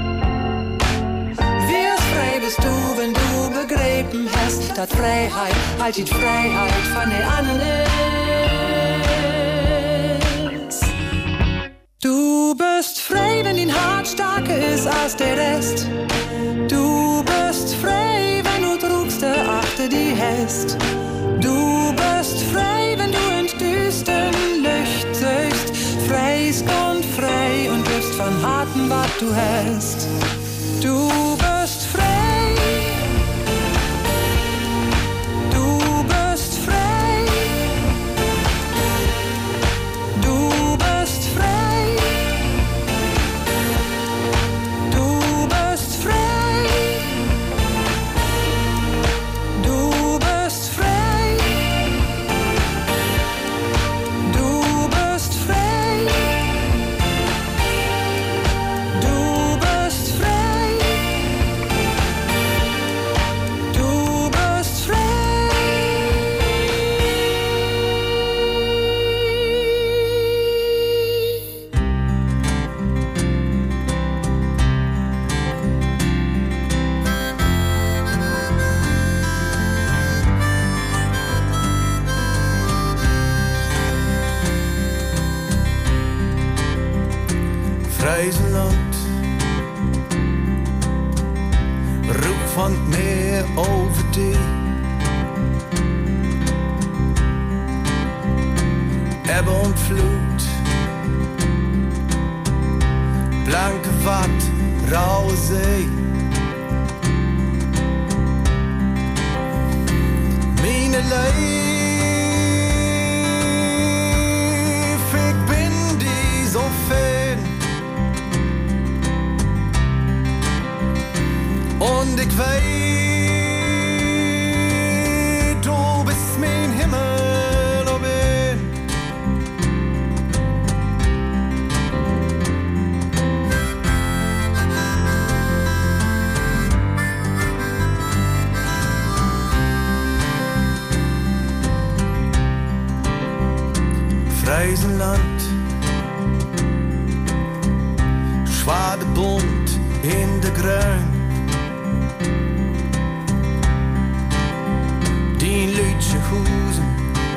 Wirst frei bist du, wenn du begreifen hast, dass Freiheit halt die Freiheit von den anderen ist. Du bist frei, wenn dein Hart starker ist als der Rest. Du bist frei, wenn du trugst, der achte die Hest. Du bist frei, wenn du ins düstern Licht siehst. Frei ist und frei und bist von harten, was du hast. Du bist frei. Du bist frei. Du bist Friesland, roep van het meer over die. Ebbe und Flut, blanke Watt, raue See. Meine Leif, ich bin die so Fan. Und ich weiß, du bist mein Himmel oben. Friesland, Schwadebund in de Grün. Die Lütsche Husen,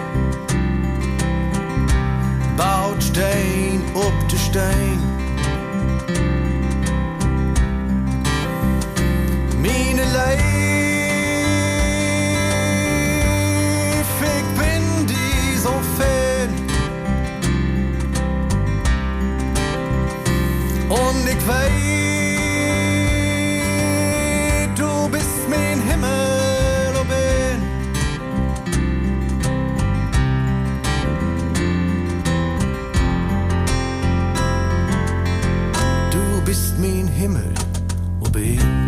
baut Stein op de Stein. Meine Leif, ich bin die so Fan. Und ich weiß, du bist mein Himmel oben. Du bist mein Himmel oben.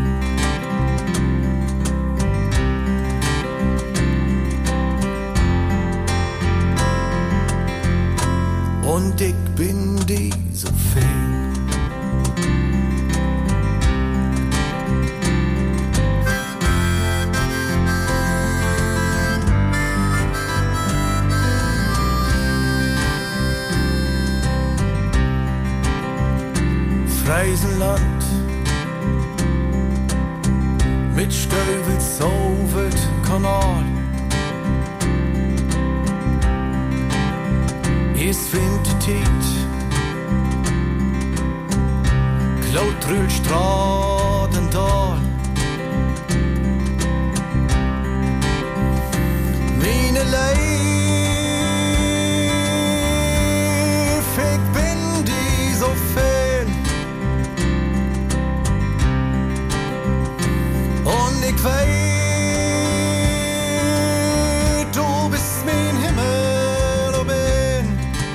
Und ich bin die so Fan. Friesland, mit Stövel over Kanal. Is vintertid, Klautrulstrad en dal. Meine Leif, ich bin die so Fan. Und ich weiß, du bist mein Himmel oben.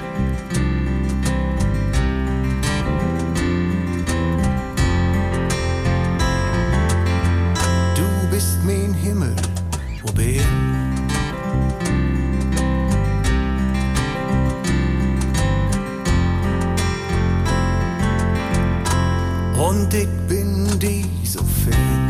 Du bist mein Himmel oben. Und ich bin die so Fan.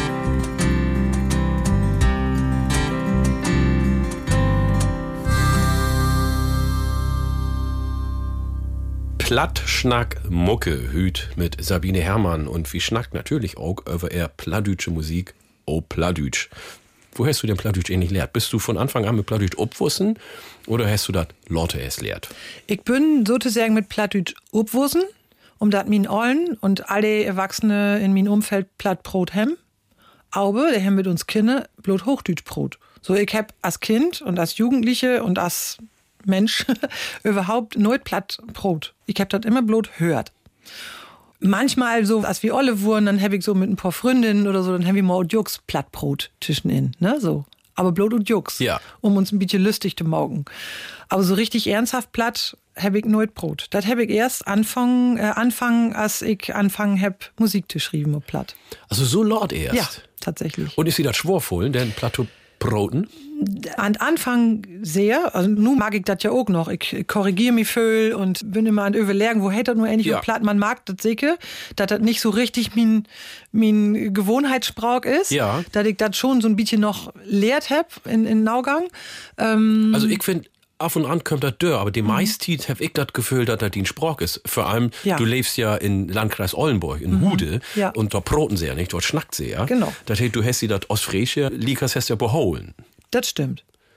Plattschnack Mucke hüt mit Sabine Herrmann und wie schnackt natürlich auch über eher plattdütsche Musik, oh Plattdütsch. Wo hast du denn Plattdütsch ähnlich lehrt? Bist du von Anfang an mit Plattdütsch obwussen oder hast du das Lotte erst lehrt? Ich bin sozusagen mit Plattdütsch obwussen, um dat min Ollen und alle Erwachsene in min Umfeld Plattbrot hem. Aber der hem mit uns Kinder bloß Hochdütschbrot. So ich hab als Kind und als Jugendliche und als Mensch überhaupt nooit Plattbrot. Ich hab das immer bloß hört. Manchmal so, als wir alle wurden, dann hab ich so mit ein paar Freundinnen oder so, dann haben wir mal und Jux Plattbrot zwischen in, ne, so. Aber bloß und Jux. Ja. Um uns ein bisschen lustig zu morgen. Aber so richtig ernsthaft platt hab ich nooit Brot. Das hab ich erst anfangen, äh, anfangen, als ich anfangen hab, Musik zu schreiben auf Platt. Also so laut erst? Ja, tatsächlich. Und ist sie das schworvollen, denn Plattdütsch Broten? An Anfang sehr, also nun mag ich das ja auch noch. Ich korrigiere mich viel und bin immer an Überlegen, wo hätte das nur ähnlich ja. platt. Man mag das sicher, dass das nicht so richtig mein, mein Gewohnheitssprach ist. Ja. Dass ich das schon so ein bisschen noch lehrt hab in, in Naugang. Ähm, also ich finde, auf und an kommt das dör, aber die mhm. meiste Zeit habe ich das Gefühl, dass das die Sprach ist. Vor allem, ja. du lebst ja in Landkreis Oldenburg, in mhm. Hude, ja. und dort broten sie ja nicht, dort schnackt sie ja. Genau. Das heißt, du hast sie das Ostfriesische, Likas hast ja beholen. Das stimmt.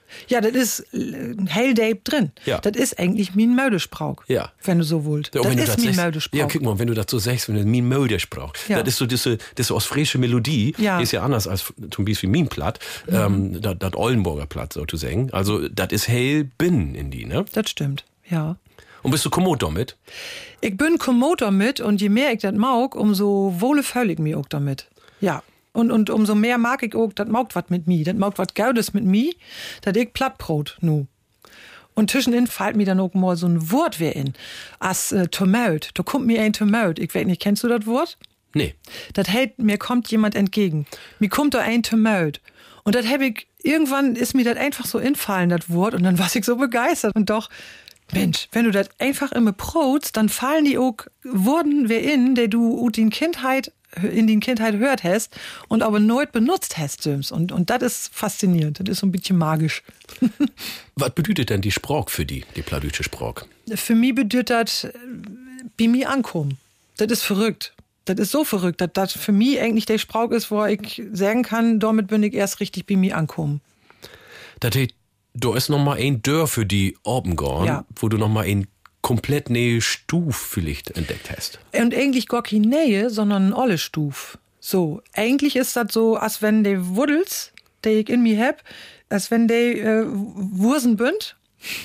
Ja, das ist ein Helldape drin. Ja. Das ist eigentlich mein Mödesprauch. Ja. Wenn du so wollt. Ja, das wenn du ist das mein sagst- Mödesprauch. Ja, guck mal, wenn du das so sagst, wenn du mein Mödesprauch. Ja. Das ist so diese, diese ostfriesische Melodie, Ja. die ist ja anders als zum Beispiel mein Platt, mhm. ähm, das, das Oldenburger Platt sozusagen. Also, das ist hell binnen in die, ne? Das stimmt, ja. Und bist du kommod damit? Ich bin kommod damit und je mehr ich das mag, umso wohle fühl ich mich auch damit. Ja. Und, und umso mehr mag ich auch, das mag was mit mir, das mag was Gaudes mit mir, das ich Plattbrot nu. Und zwischenin fällt mir dann auch mal so ein Wort wie in, als äh, Tomaut. Da kommt mir ein Tomaut. Ich weiß nicht, kennst du das Wort? Nee. Das hält, mir kommt jemand entgegen. Mir kommt da ein Tomaut. Und das habe ich, irgendwann ist mir das einfach so infallen, das Wort, und dann war ich so begeistert. Und doch, Mensch, wenn du das einfach immer protst, dann fallen die auch Worten wie in, der du ut in Kindheit in die Kindheit hört hast und aber nooit benutzt hast, Sims. Und, und das ist faszinierend. Das ist so ein bisschen magisch. Was bedeutet denn die Sprach für die, die plattdeutsche Sprach? Für mich bedeutet das, äh, bei mir ankommen. Das ist verrückt. Das ist so verrückt, dass das für mich eigentlich der Sprach ist, wo ich sagen kann, damit bin ich erst richtig bei mir ankommen. Das heißt, da ist noch mal ein Dörr für die Orbengorn, Ja. wo du noch mal ein komplett neue Stuf vielleicht entdeckt hast. Und eigentlich gar keine Nähe, sondern eine olle Stuf. So, eigentlich ist das so, als wenn die Wuddels, die ich in mir hab, als wenn die äh, Wursen bünd.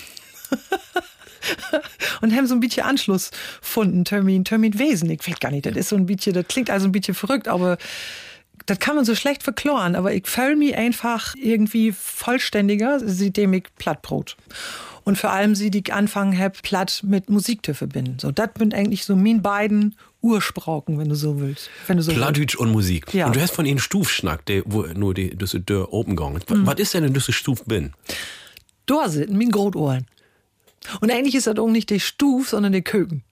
Und haben so ein bisschen Anschluss gefunden, Termin, Termin Wesen. Ich weiß gar nicht, das ist so ein bisschen, das klingt also ein bisschen verrückt, aber das kann man so schlecht verkloren. Aber ich fühl mich einfach irgendwie vollständiger, seitdem ich Plattbrot. Und vor allem, sie die ich anfangen hab, platt mit Musik zu verbinden. So, das sind eigentlich so mein beiden Ursprachen, wenn du so willst. Wenn du so Plattdeutsch und Musik. Ja. Und du hast von ihnen Stuf schnackt, der, wo nur die, diese Dörr oben gegangen ist. Mhm. Was ist denn diese Stuf bin? Da sitzen mein Grotohren. Und eigentlich ist das auch nicht der Stuf, sondern der Köken.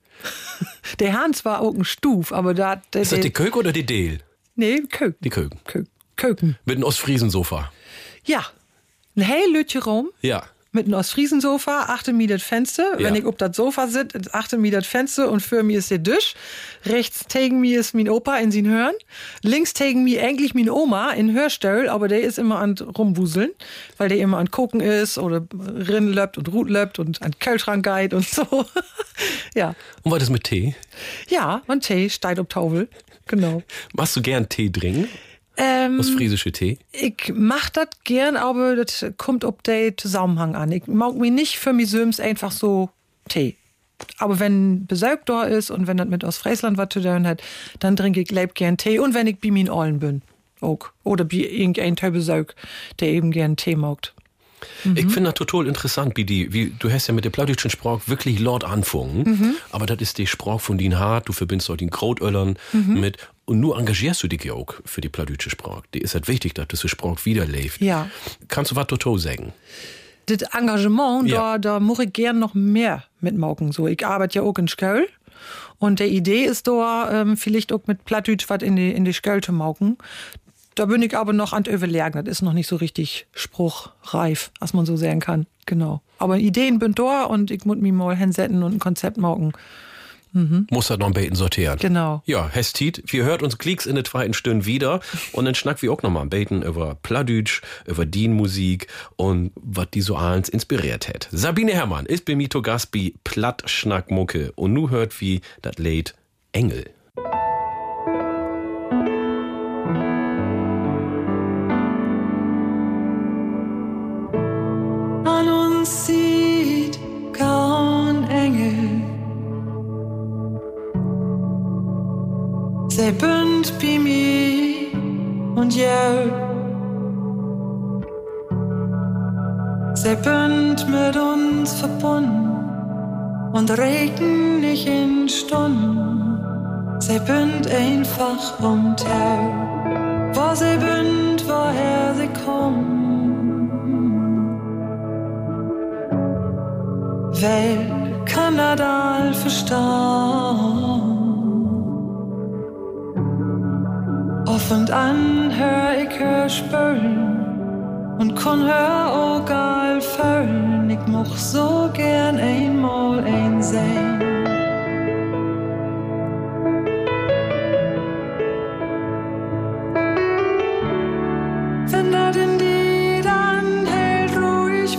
Der Hans war auch ein Stuf, aber da... Der, Ist das der, die Köke oder die Deel? Nee, Köken. Die Köken. Kö Köken. Mit einem Ostfriesensofa. Ja. Ein hell Lütje Raum. Ja. Mit einem Ostfriesensofa, achte mir das Fenster. Ja. Wenn ich auf das Sofa sitze, achte mir das Fenster und für mir ist der Tisch. Rechts tegen mir ist mein Opa in sin Hören. Links tegen mir eigentlich meine Oma in Hörstell, aber der ist immer an rumwuseln, weil der immer an Koken ist oder Rinn löppt und Rut löppt und an Kühlschrank geht und so. Ja. Und was ist mit Tee? Ja, und Tee steigt auf Tauvel. Genau. Machst du gern Tee trinken? Ähm, Ostfriesische Tee? Ich mach das gern, aber das kommt ob der Zusammenhang an. Ich mag mir nicht für mich selbst einfach so Tee. Aber wenn Besuch da ist und wenn das mit Ostfriesland was zu tun hat, dann trinke ich leib gern Tee. Und wenn ich bei mir Ollen bin, auch. Oder bei irgendein Besuch, der eben gern Tee mag. Mhm. Ich finde das total interessant, wie die, wie, du hast ja mit der plattdeutschen Sprache wirklich laut anfangen, mhm. aber das ist die Sprache von den Hart, du verbindest auch den Krautöllern mhm. mit, und nur engagierst du dich ja auch für die plattdeutsche Sprache. Die ist halt wichtig, dass diese Sprache wiederlebt. Ja. Kannst du was total sagen? Das Engagement, Ja. da, da muss ich gern noch mehr mitmachen. So, ich arbeite ja auch in Schköll. Und der Idee ist da, ähm, vielleicht auch mit Plattdeutsch was in die, in die Schköll zu machen. Da bin ich aber noch an Überlegen. Das ist noch nicht so richtig spruchreif, was man so sagen kann. Genau. Aber Ideen bin da und ich muss mich mal hinsetzen und ein Konzept machen. Mhm. Muss das noch ein bisschen sortieren. Genau. Ja, Hestit, wir hört uns Klicks in der zweiten Stunde wieder und dann schnack wir auch noch mal ein bisschen über Plattdeutsch, über Dien-Musik und was die so eins inspiriert hat. Sabine Herrmann ist bei mir zu Gast bei Plattschnack-Mucke und nu hört wie das Lied Engel. An uns sieht kein Engel. Sie bünd bei mir und ja. Sie bünd mit uns verbunden und regen nicht in Stunden. Sie bünd einfach um Tag, wo sie bünd, woher sie kommen. Wer kann das all verstehen? Auf und an hör ich hör spüren und kann hör auch all fühlen. Ich moch so gern einmal ein sein. Wenn das in die dann hält ruhig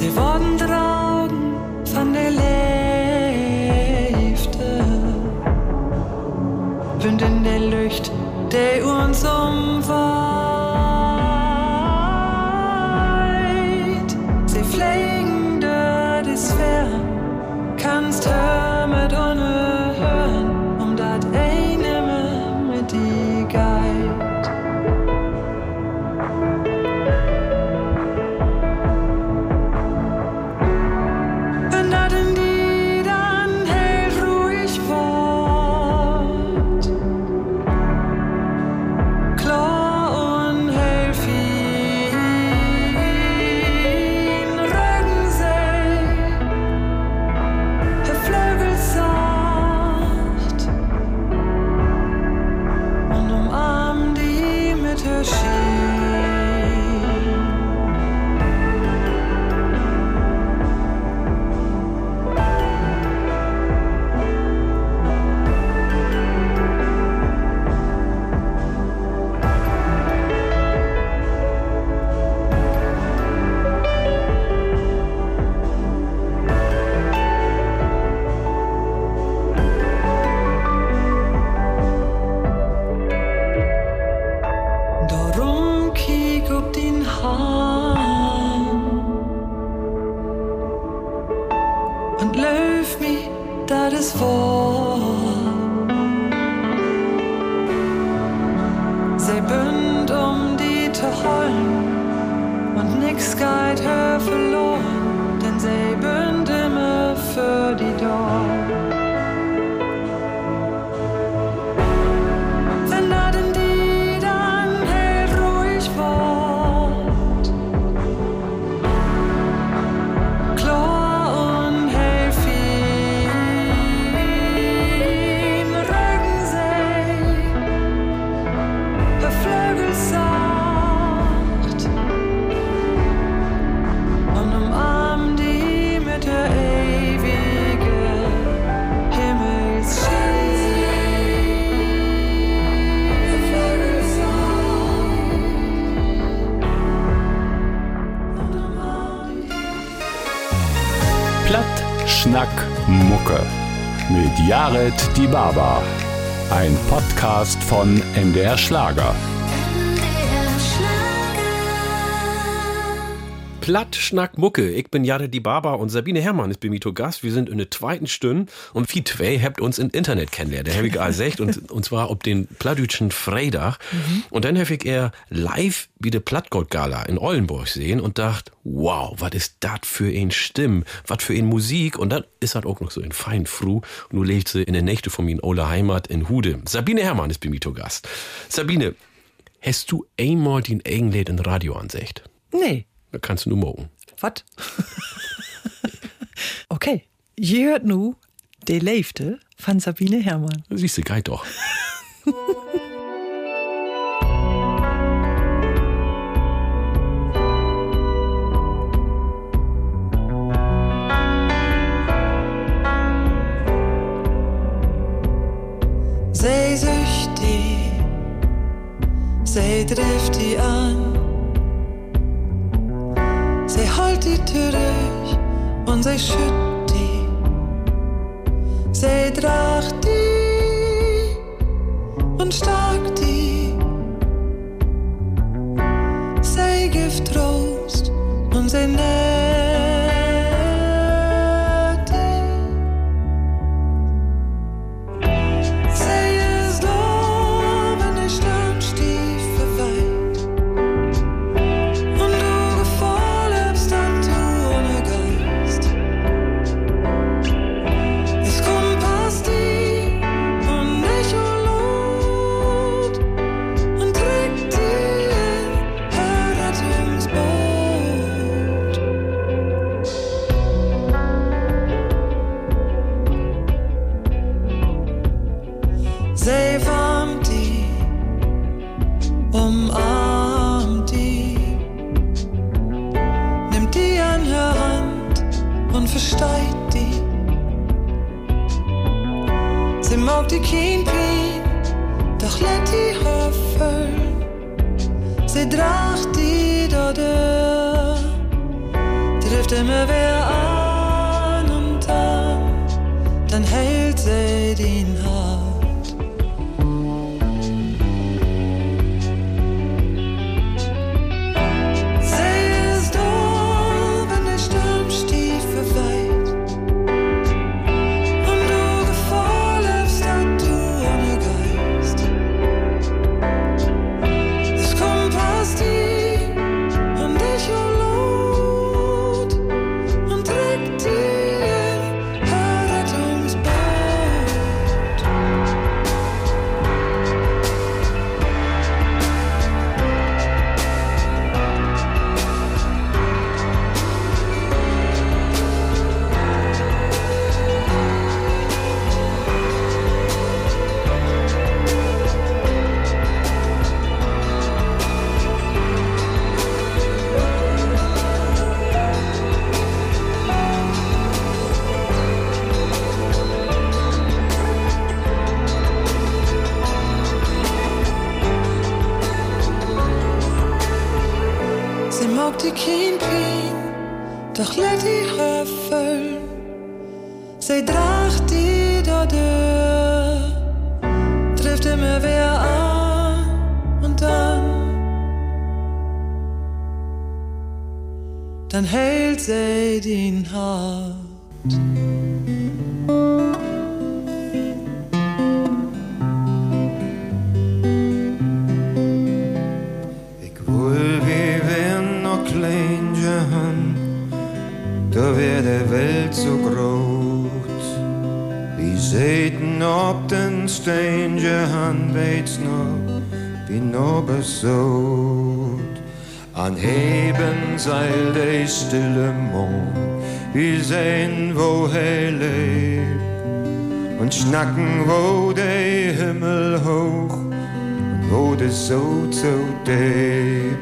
Sie wurden Draugen von der Leifte, bünd in der Lucht, der uns umweit. Sie fliegen durch die Sphäre, kannst hör mit ohne hören, um dat eine mit die Guide. Wenn dat in die dann hell ruhig wort, klar und hell fin, rücken sie, der Flügel sacht und umarm die mit der Schien. Darum kiek op den Hahn und löf mich, dat es war. Sie bünd um die zu holen und nix geht her verloren, denn sie bünd immer für die Dor. Wenn dat in die dann hell ruhig wort, klar und hell fin, rücken sie, der Flügel sacht und umarm die mit der ewige Himmelsschien. Der Flügel sacht und umarm die. Platt, Schnack, Mucke. Mit Jared Die Baba. Ein Podcast von M D R Schlager. Platt, Schnack, Mucke. Ich bin Jared Die Baba und Sabine Herrmann ist bei mir zu Gast. Wir sind in der zweiten Stunde und wie zwei habt uns im Internet kennengelernt. Der habe ich gesagt und, und zwar ob den Plattdütschen Freitag. Mhm. Und dann habe ich er live wie der Plattgold-Gala in Oldenburg sehen und dachte, wow, was ist das für ein Stimm, was für ein Musik. Und dann ist das auch noch so ein fein Fru. Und nun lebt sie in der Nächte von mir in Ole Heimat in Hude. Sabine Herrmann ist bei mir zu Gast. Sabine, hast du einmal den Eigenlied in Radio ansecht? Nee. Da kannst du nur morgen. Was? Okay. Je hört nu De Leefte von Sabine Herrmann. Siehst du, geht doch. Sei süchtig, sei trifft die an, sei holt die durch und sei schütt die, sei tracht die und stark die, sei gibt Trost und sei nett die. Sei es da, wenn der Sternstiefel weint und du Gefahr lebst, dass du ohne Geist. Es kommt past die und nicht Lot und trägt die in ein Rettungsboot. Sei warmt die, umarmt die, nimmt die an ihre Hand und versteht die. Sie mag die kein Pien, doch lädt die Höfel. Sie dracht die da der, trifft immer wer an und dann, dann hält sie den Hart. die kein Pien, doch let die Höffel, sie dracht die da dör, trifft immer wer an und dann, dann hält sie den Hart. Da wär der Welt so groß, wie Seiten ob den Stein, Johann weit's noch, wie noch besucht. Anheben seil der stille Mond, wie sehen, wo er lebt, und schnacken, wo der Himmel hoch, und wo das so so debt.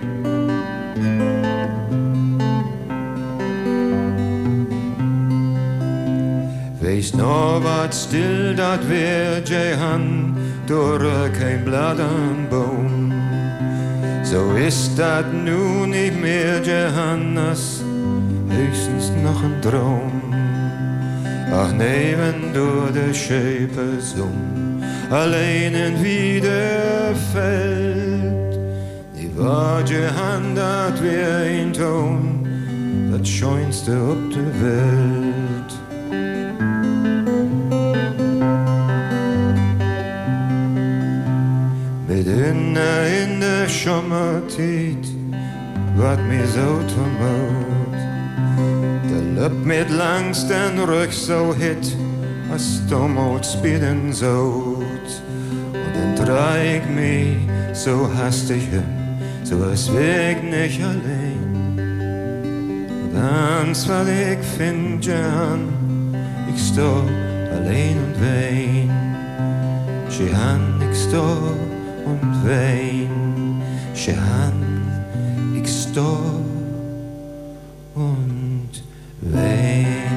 Wees noch wat still, dat wär Jehan, durch kein Blatt am Baum. So ist dat nu nicht mehr Jehannes, höchstens noch ein Traum. Ach nee, wenn du de Schäpe sum, allein in wieder fällt, die war Jehan, dat wär ein Ton, dat schönste ob de Welt. Midden in de Sommertijd, wat mir so vermoed. De lup mit langs den Rück so hit, als Stomot spieden zout. Und dann dreh ich mich so hastig hin, so als wär ich nicht allein. Ganz wat ich find, Jehan, ich sto allein und wein. Jehan, ich sto und wein, Jehan, ich sto und wein.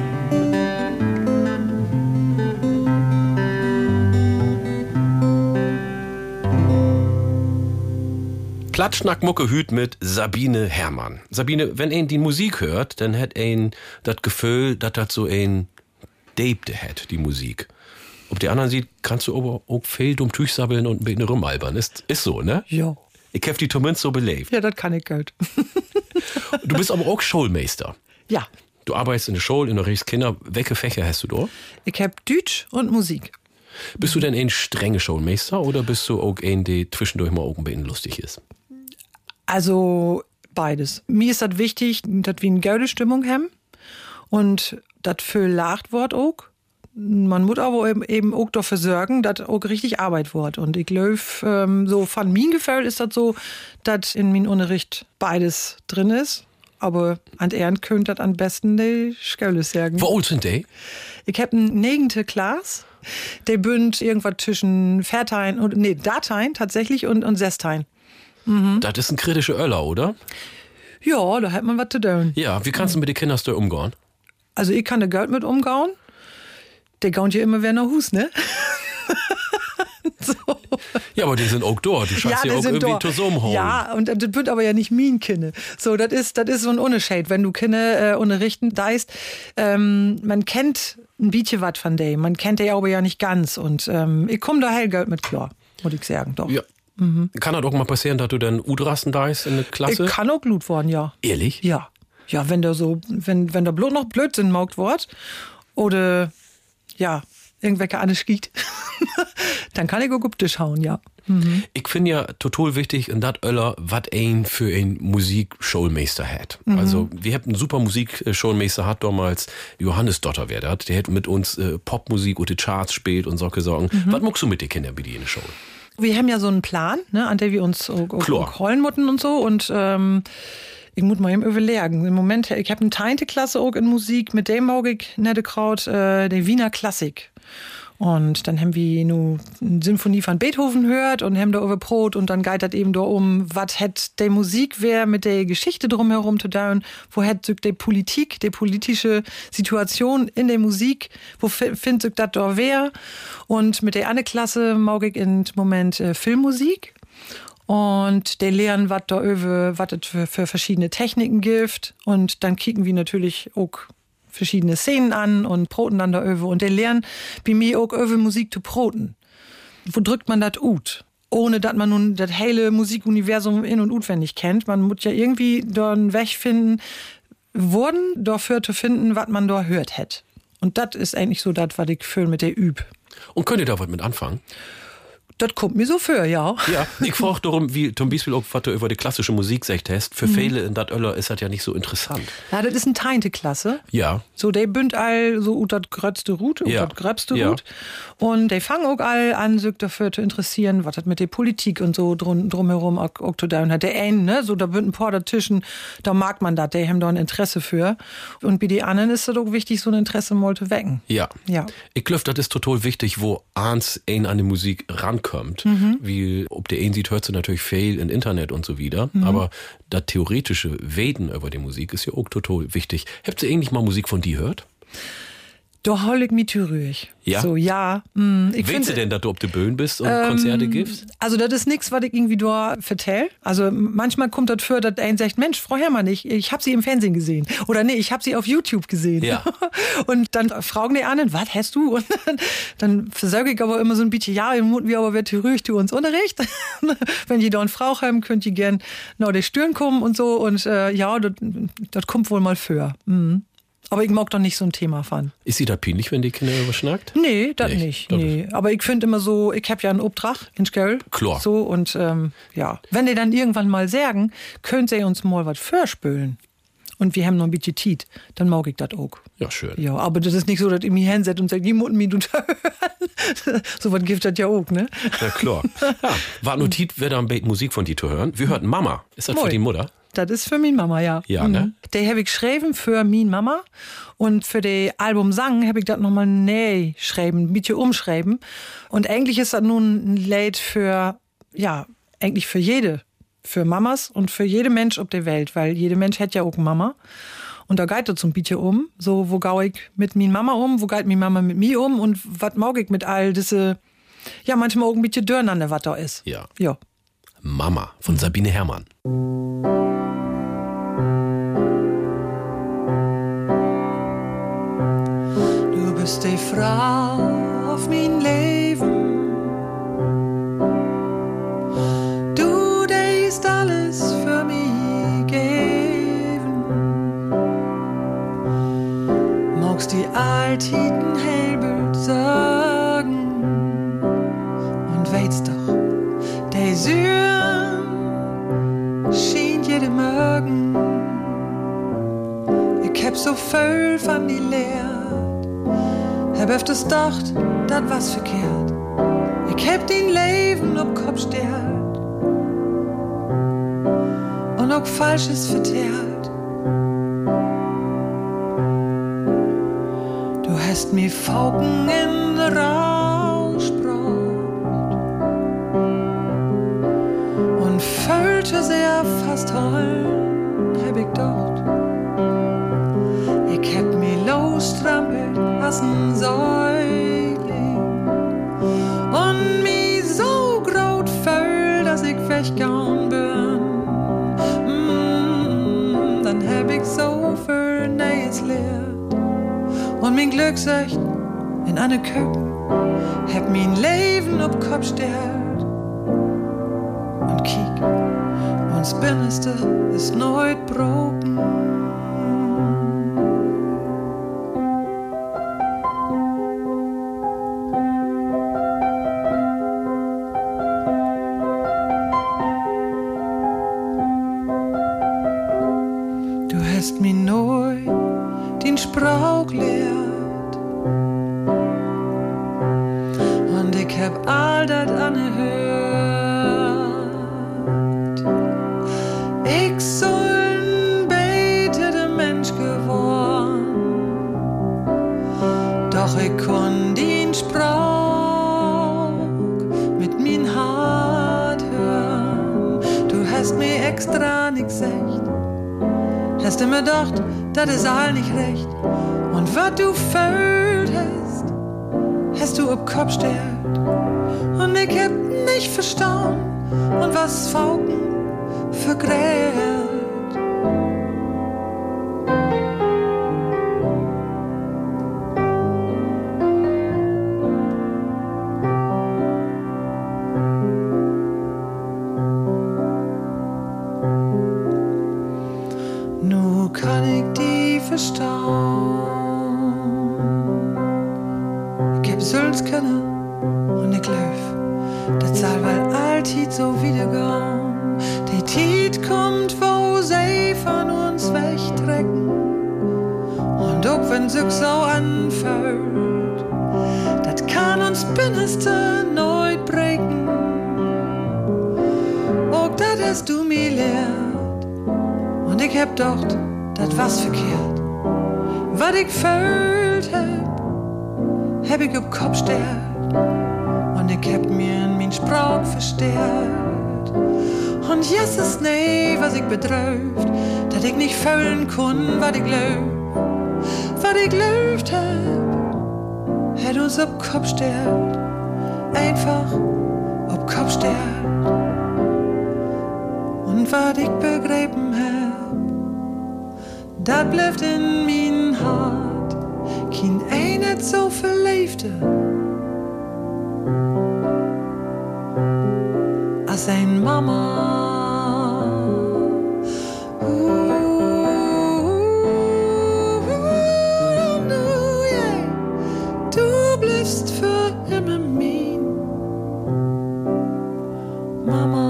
Platschnack-Mucke hüt mit Sabine Herrmann. Sabine, wenn ein die Musik hört, dann hat ein das Gefühl, dass das so ein Debte hat, die Musik. Ob die anderen sieht, kannst du aber auch viel dumm Tüchsabbeln und ein bisschen rumalbern. Ist, ist so, ne? Ja. Ich hab die zumindest so belebt. Ja, das kann ich gut. Du bist aber auch Schulmeister. Ja. Du arbeitest in der Schule, in der Kinder. Welche Fächer hast du da? Ich hab Deutsch und Musik. Bist du denn ein strenger Schulmeister oder bist du auch ein, der zwischendurch mal auch ein bisschen lustig ist? Also beides. Mir ist das wichtig, dass wir eine gute Stimmung haben und das viel lacht wird auch. Man muss aber eben auch dafür sorgen, dass auch richtig Arbeit wird. Und ich glaube, ähm, so von meinem Gefühl ist das so, dass in meinem Unterricht beides drin ist. Aber an Ehren könnte das am besten die Schule sagen. Wie alt sind die? Ich habe eine neunte Klasse. Die bünd irgendwas zwischen Viertein und, nee, Datein tatsächlich und, und Sestein. Mhm. Das ist ein kritischer Öller, oder? Ja, da hat man was zu tun. Ja, wie kannst du mit den Kindern so umgehen? Also ich kann da Geld mit umgehen. Der gaut ja immer wer nach Hus, ne? So. Ja, aber die sind auch dort. Du schaffst ja, ja auch irgendwie zusammenholen. Ja, und das wird aber ja nicht mein Kinne. So, das ist, das ist so ein Unterschied, wenn du Kinne äh, unterrichten deist. Ähm, man kennt ein bisschen was von dem. Man kennt die aber ja nicht ganz. Und ähm, ich komme da hellgeld mit klar, muss ich sagen, doch. Ja. Mhm. Kann das auch mal passieren, dass du dann Udrasten da ist in der Klasse? Ich kann auch Blut worden, ja. Ehrlich? Ja. Ja, wenn da so, wenn, wenn da bloß noch Blödsinn maugt wird oder ja, irgendwelche Anne schiet, dann kann ich auch auf Tisch hauen, ja. Mhm. Ich finde ja total wichtig, in dat Öller, was ein für ein Musikschulmeister hat. Mhm. Also, wir hatten einen super Musikschulmeister, hat damals Johannes Dotter wer dat. Der hat mit uns äh, Popmusik und die Charts spielt und solche Sachen. Mhm. Was magst du mit den Kindern bei dir in der Schule? Wir haben ja so einen Plan, ne, an der wir uns holen mutten und so und ähm, ich muss mal eben überlegen. Im Moment, ich habe eine teinte Klasse auch in Musik, mit dem mag ich nette Kraut, äh, der Wiener Klassik. Und dann haben wir nur eine Symphonie von Beethoven gehört und haben da über Brot und dann geht das eben da um, was hat die Musik wer mit der Geschichte drumherum zu tun, wo hat sich die Politik, die politische Situation in der Musik, wo findet sich das da wer? Und mit der anderen Klasse mag ich im Moment äh, Filmmusik. Und die lernen, was da über, was es für, für verschiedene Techniken gibt. Und dann kicken wir natürlich auch verschiedene Szenen an und proten dann da über. Und die lernen bei mir auch über Musik zu proten. Wo drückt man das ut? Ohne dass man nun das hele Musikuniversum in- und utwendig kennt. Man muss ja irgendwie da einen Weg finden, Worten dafür zu finden, was man da hört hätte. Und das ist eigentlich so das, was ich fühle mit der Üb. Und könnt ihr da was mit anfangen? Das kommt mir so für, ja. Ja, ich frage darum, wie zum Beispiel auch, was du über die klassische Musik sagt hast. Für mhm. viele in dat Öller ist das ja nicht so interessant. Ja, das ist eine teinte Klasse. Ja. So, die bünd all so ut dat grötzte Rut, ut ja. dat gröbste ja. Rut. Und die fangen auch all an, sich dafür zu interessieren, was das mit der Politik und so drum, drumherum auch, auch zu tun hat. Der einen, ne, so, da bünd ein paar dazwischen, da mag man das, die haben da ein Interesse für. Und bei den anderen ist es auch wichtig, so ein Interesse mal zu wecken. Ja. Ja. Ich glaube, das ist total wichtig, wo eins ein an die Musik rankommt. Mhm. Wie, ob der einen sieht, hört sie natürlich viel im Internet und so wieder. Mhm. Aber das theoretische Weden über die Musik ist ja auch total wichtig. Habt ihr eigentlich mal Musik von dir gehört? Da hol ich mich ruhig. Ja? So, ja. Mm, ich Weißt du denn, dass du auf der Bühne bist und ähm, Konzerte gibst? Also, das ist nichts, was ich irgendwie da vertell. Also, manchmal kommt das für, dass ein sagt, Mensch, Frau Herrmann, ich, ich habe sie im Fernsehen gesehen. Oder nee, ich habe sie auf YouTube gesehen. Ja. Und dann fragen die anderen, was hast du? Und dann, dann versage ich aber immer so ein bisschen, ja, wir aber wird ruhig zu uns Unterricht. Wenn die da eine Frau haben, könnt ihr gern nach der Stirn kommen und so. Und äh, ja, das kommt wohl mal für. Mhm. Aber ich mag doch nicht so ein Thema fahren. Ist sie da peinlich, wenn die Kinder überschnackt? Nee, das nicht. Nee. Aber ich finde immer so, ich habe ja einen Obtrag in Skell. Klar. So, und ähm, ja, wenn die dann irgendwann mal sagen, könnt ihr uns mal was vorspülen. Und wir haben noch ein bisschen Tiet, dann mag ich das auch. Ja, schön. Ja, aber das ist nicht so, dass ich mich hinsetze und sage, die mutten mich hören. So was gibt das ja auch, ne? Ja, klar. Ja, war nur Tiet, wer da ein bisschen Musik von dir zu hören. Wir hörten Mama. Ist das Moi. Für die Mutter? Das ist für meine Mama, ja. Ja, ne? Mhm. Der habe ich geschrieben für meine Mama. Und für das Album Sang habe ich das nochmal neu geschrieben, ein bisschen umschreiben. Und eigentlich ist das nun ein Lied für, ja, eigentlich für jede. Für Mamas und für jede Mensch auf der Welt. Weil jeder Mensch hat ja auch eine Mama. Und da geht das so ein bisschen um. So, wo gau ich mit meiner Mama um? Wo geht meine Mama mit mir um? Und was mag ich mit all diese, ja, manchmal auch ein bisschen durcheinander, was da ist. Ja. Ja. Mama von Sabine Herrmann. Du bist die Frau auf mein Leben. Du denkst alles für mich geben. Magst die Altiten Helbert sagen und weißt doch, der Süren schien jede Morgen. Ich hab so viel von die Lehrt. Hab öfters gedacht, dat was verkehrt. Ich hab den Leben ob Kopf sterrt und ob Falsches vertehrt. Du hast mir Fauken in den Rausch gebracht und fühlte sehr fast heul, hab ich gedacht. Ich hab mir losstrampelt ein Säugling und mich so groß lehrt und mein Glück sagt in eine Köppen, hab mein Leben ob Kopf stellt und kiek, uns Binneste ist nooit broken. Du hast mir neu den Sprauch lehrt und ich hab all dat angehört. Ich soll betete Mensch geworden, doch ich kon den Sprauch mit min Hart hören. Du hast mir extra nix gesagt, hast du mir gedacht, das ist all nicht recht. Und was du fühlt hast, hast du ob Kopf stellt. Und ich hab nicht verstanden, und was Fauken vergräht. Nu kann ich die verstehen. Ich hab Sülz können und ich glaub, das soll wohl alltid so wiedergehen. Die Tiet kommt, wo sie von uns wegtrecken. Und auch wenn sich so anfühlt, das kann uns Binneste nooit brechen. Auch das hast du mir lehrt. Und ich hab gedacht, das war's verkehrt. Was ich fühlt hab, hab ich ob Kopf stellt. Und ich hab mir in mein Sprach verstärkt. Und jetzt ist nee, was ich bedrückt, dass ich nicht fühlen kann, was ich glaub. Was ich glaubt hab, hat uns ob Kopf stellt. Einfach ob Kopf stellt. Und was ich begreifen hab, dat bleibt in min Hart. Kein einer so verliebte als ein Mama. Uh, uh, uh, yeah. Du bleibst für immer min Mama.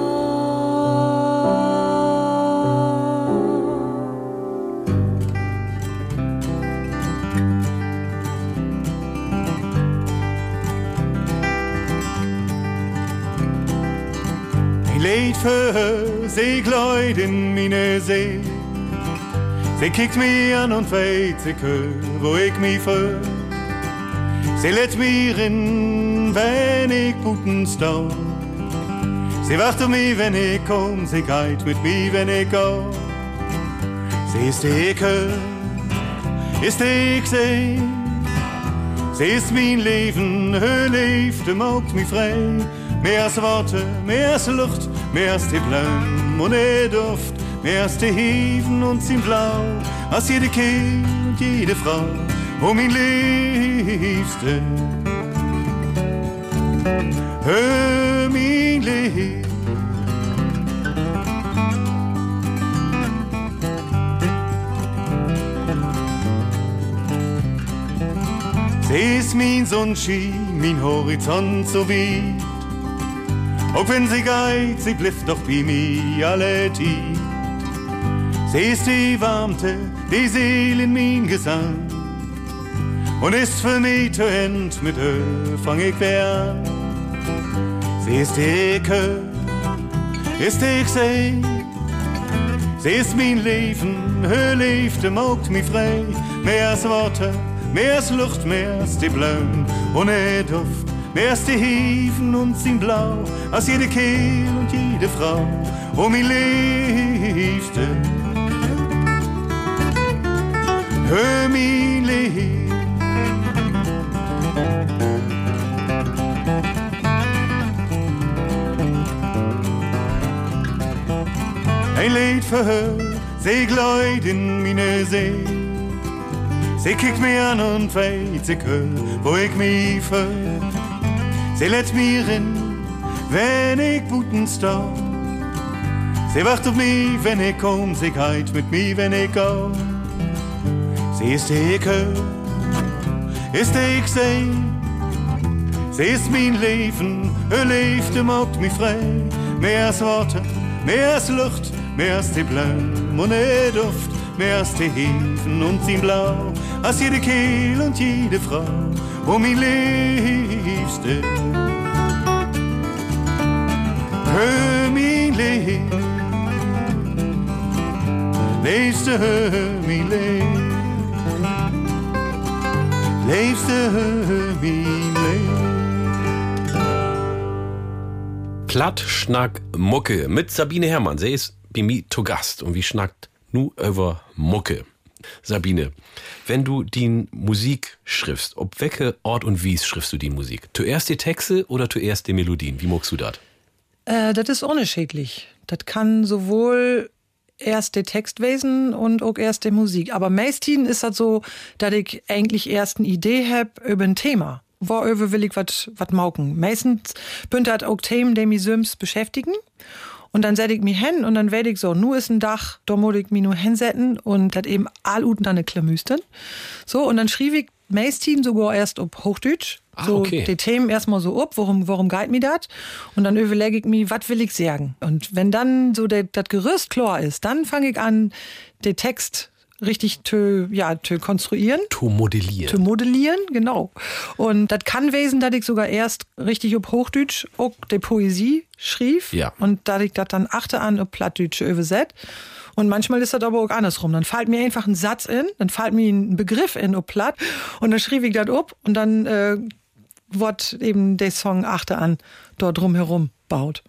Leid für sie gleut in meine See. Sie kickt mich an und weiß, ich hör, wo ich mich fühl. Sie lädt mir in, wenn ich guten stau. Sie wacht auf mich, wenn ich komm, sie geht mit mir, wenn ich go. Sie ist die ich hör, ist die ich seh. Sie ist mein Leben, hör lebt, macht mich frei. Mehr als Worte, mehr als Luft, mehr als die Blumen und der Duft, mehr als die Heven und sein Blau, als jede Kind und jede Frau, oh mein Liebste. Hör mein Lieb. Sie ist mein Sonnenschein, mein Horizont so weit. Auch wenn sie geht, sie bleibt doch bei mir alle Zeit. Sie ist die Warmte, die Seele in mein Gesang. Und ist für mich zu End, mit ihr fang ich wer an. Sie ist die Ecke, ist die ich seh. Sie ist mein Leben, ihr Liebe macht mich frei. Mehr als Worte, mehr als Luft, mehr als die Blumen und der Duft. Mehr als die Heven und sein Blau, als jede Kehl und jede Frau, oh mein Liebste. Hör mein Lieb. Ein Lied für her, sie gleut in meine See. Sie kickt mir an und weiß, ich hör, wo ich mich fühl. Sie lässt mir in, wenn ich wütend stau. Sie wacht auf mich, wenn ich komm, sie geht mit mir, wenn ich gau. Sie ist die ich hör, ist die ich seh. Sie ist mein Leben, ihr Leben macht mich frei. Mehr als Worte, mehr als Luft, mehr als die Blumen und der Duft, mehr als die Hefen und sein Blau, als jede Kehl und jede Frau, wo mein Liebste. Hör mein Leben, Liebste, hör mein Leben, Liebste, hör mein Leben. Plattschnack Mucke mit Sabine Herrmann. Sie ist bei mir zu Gast und wie schnackt nu über Mucke. Sabine, wenn du die Musik schriftst, ob welche Ort und Wies schriftst du die Musik? Zuerst die Texte oder zuerst die Melodien? Wie magst du das? Äh, das ist unterschiedlich. Das kann sowohl erst der Text wesen und auch erst die Musik. Aber meistens ist das so, dass ich eigentlich erst eine Idee hab über ein Thema. Worüber will ich was mauken? Meistens bin das auch Themen, die mich selbst beschäftigen. Und dann setz ich mich hin und dann werd ich so, nu ist ein Dach, da muss ich mich nur hinsetzen und das eben all unten an eine Klamüstern. So, und dann schrieb ich meistens sogar erst auf Hochdeutsch. Ah, so okay. Die Themen erstmal so ab, worum, worum geht mir das? Und dann überlege ich mir, was will ich sagen? Und wenn dann so das Gerüst klar ist, dann fange ich an, den Text richtig zu, ja, zu konstruieren. Zu modellieren. Zu modellieren, genau. Und das kann wesen, dass ich sogar erst richtig auf Hochdeutsch auch die Poesie schrieb. Ja. Und da ich das dann achte an auf Plattdeutsch übersetzt. Und manchmal ist das aber auch andersrum. Dann fällt mir einfach ein Satz in, dann fällt mir ein Begriff in auf Platt und dann schrieb ich das ab und dann äh, wird eben der Song achte an dort drumherum baut.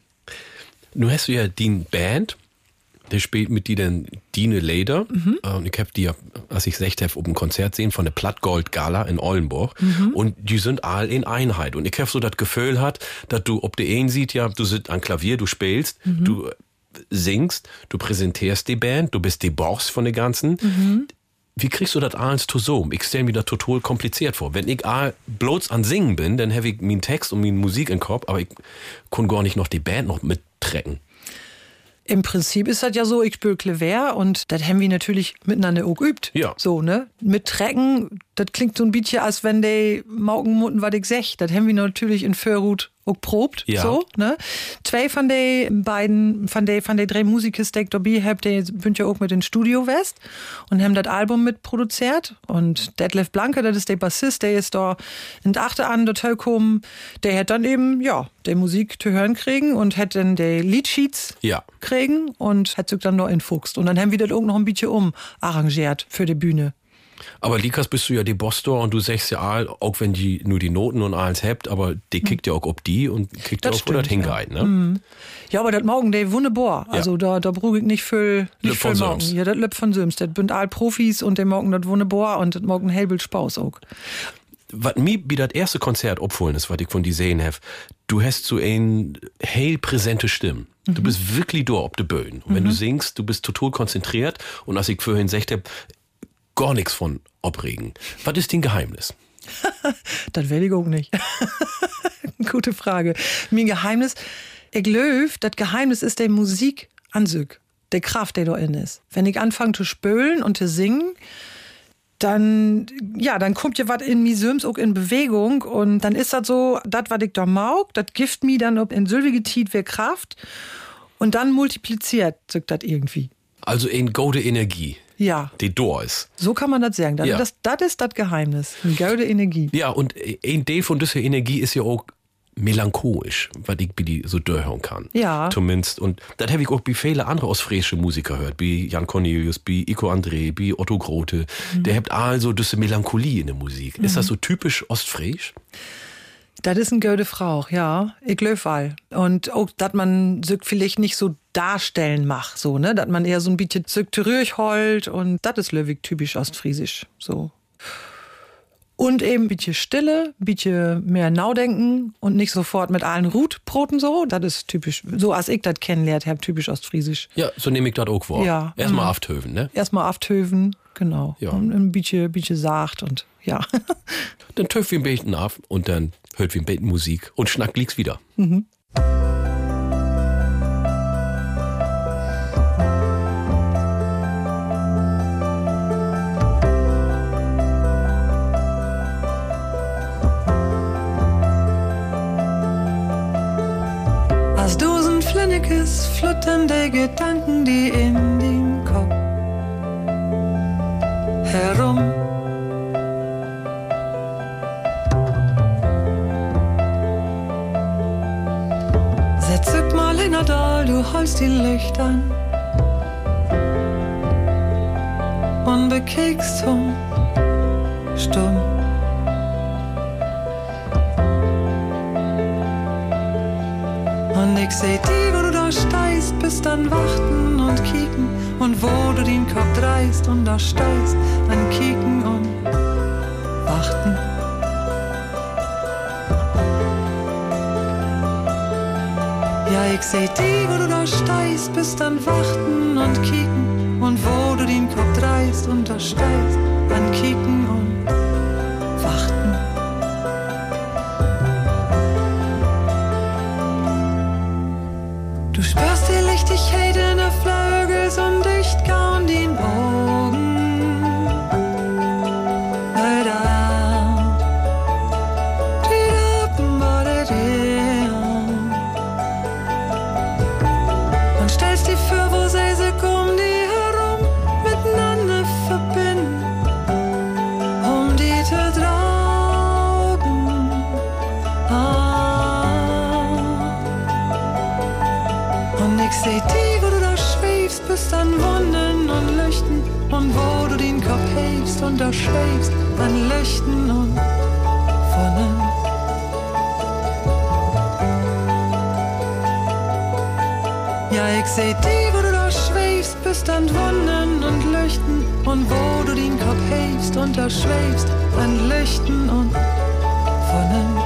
Nun hast du ja die Band, der spielt mit dir dann Dine Leder. Mhm. Und ich hab die ja, als ich gesagt habe, auf dem Konzert sehen von der Plattgold Gala in Oldenburg. Mhm. Und die sind all in Einheit. Und ich hab so das Gefühl hat, dass du, ob der einen sieht, ja, du sitzt an Klavier, du spielst, mhm. du singst, du präsentierst die Band, du bist die Boss von der ganzen. Mhm. Wie kriegst du das alles zusammen? Ich stelle mir das total kompliziert vor. Wenn ich all bloß an Singen bin, dann habe ich meinen Text und meine Musik im Kopf, aber ich kann gar nicht noch die Band noch mittrecken. Im Prinzip ist das ja so, ich spiele Klavier und das haben wir natürlich miteinander auch geübt. Ja. So, ne? Mit Trecken, das klingt so ein bisschen, als wenn die mauken mutten, was ich sag. Das haben wir natürlich in Förrut auch probt. Ja. So, ne? Zwei von den beiden, von den, von den drei Musikern, die ich dabei hab, die sind ja auch mit in Studio West und haben das Album mitproduziert. Und Detlef Blanke, das ist der Bassist, der ist da in der Achte an dort gekommen. Der hat dann eben, ja, die Musik zu hören kriegen und hat dann die Liedsheets Ja. kriegen und hat sich dann noch entfuchst. Und dann haben wir das auch noch ein bisschen umarrangiert für die Bühne. Aber Likas bist du ja die Boss-Door und du sagst ja all, auch wenn die nur die Noten und alles habt, aber die kickt ja auch ob die und kickt ja Das auch, wo das stimmt, hingeht, ja. ne? Mhm. Ja, aber das morgen, der wunderbar. Ja. Also da, da brauche ich nicht viel, Lüb nicht von viel morgen. Söms. Ja, das Lüb von Söms. Das sind all Profis und der morgen das wunderbar und das morgen Helbel Spaß auch. Was mir wie das erste Konzert opfohlen ist, was ich von dir sehen habe, du hast so ein hell präsente Stimme. Du Mhm. bist wirklich da auf der Bühne. Und wenn Mhm. du singst, du bist total konzentriert und als ich vorhin gesagt habe, gar nichts von abregen. Was ist dein Geheimnis? Das will ich auch nicht. Gute Frage. Mein Geheimnis, ich glaube, das Geheimnis ist der Musik an sich. Der Kraft, der da in ist. Wenn ich anfange zu spülen und zu singen, dann, ja, dann kommt ja was in mir selbst auch in Bewegung und dann ist das so, das, was ich da mag, das gibt mir dann in sylvige Tiet wie Kraft und dann multipliziert sich das irgendwie. Also eine gute Energie, Ja, die da ist. so kann man das sagen. Das, Ja. das, das ist das Geheimnis. Eine gute Energie. Ja, und ein Teil von dieser Energie ist ja auch melancholisch, was ich bei die so durchhören kann. Ja. Zumindest. Und das habe ich auch bei vielen anderen ostfriesischen Musiker gehört. Bei Jan Cornelius, bei Ico André, bei Otto Grote. Mhm. Der hat also diese Melancholie in der Musik. Ist das so typisch ostfriesisch? Das ist eine gute Frau, ja. Ich glaube all. Und auch, dass man sich vielleicht nicht so darstellen macht, so, ne? Dass man eher so ein bisschen zurück holt und das ist löwig typisch ostfriesisch, so. Und eben ein bisschen Stille, ein bisschen mehr Naudenken und nicht sofort mit allen Rutbroten so. Das ist typisch, so als ich das kennengelernt habe, typisch ostfriesisch. Ja, so nehme ich das auch vor. Ja. Erstmal Mhm. Aftöven, ne? Erstmal Aftöven genau. Ja. Und ein bisschen, bisschen sacht und ja. Dann töpfen wir ein bisschen ab und dann hört wir ein bisschen Musik und schnack liegt's wieder. Mhm. Als Dosen Flinnekes flutternde Gedanken, die in dem Kopf herum setz ück mal in der Dal, du holst die Lichter an und bekekst zum Stumm. Und ich seh die, wo du da steist, bis dann warten und kicken. Und wo du den Kopf dreist und da steist, dann kicken und warten. Ja, ich seh die, wo du da steist, bis dann warten und kicken. Und wo du den Kopf dreist und da steist, dann kicken und warten. Du spürst die Lichtigkeit in der Flügel und dicht kaum den Augen. Da, da, da, da, da, da. Und stellst dir vor, wo sie sich um die herum miteinander verbinden, um die zu tragen. Ah. Und ich seh die, wo du da schwebst, bist an Wunden und Leuchten. Und wo du den Kopf hebst und da schwebst, an Leuchten und Wunden. Ja, ich seh die, wo du da schwebst, bist an Wunden und Leuchten. Und wo du den Kopf hebst und da schwebst, an Leuchten und Wunden.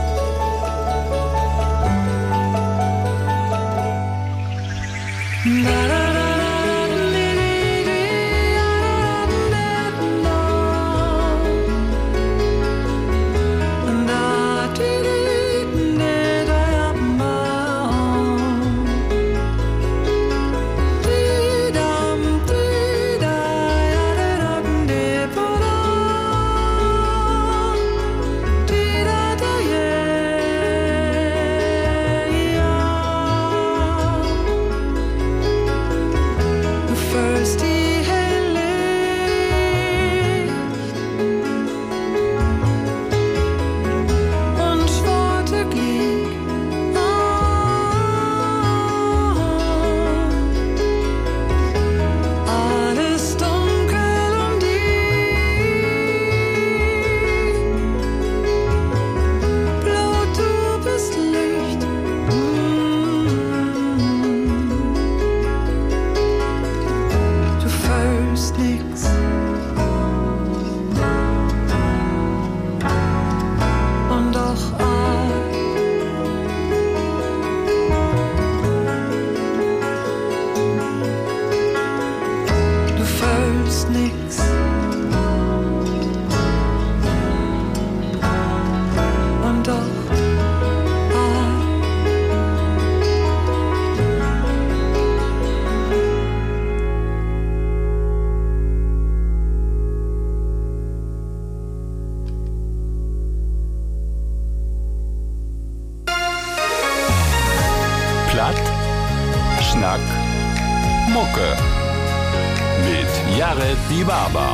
Schnack Mucke mit Jared die Barber.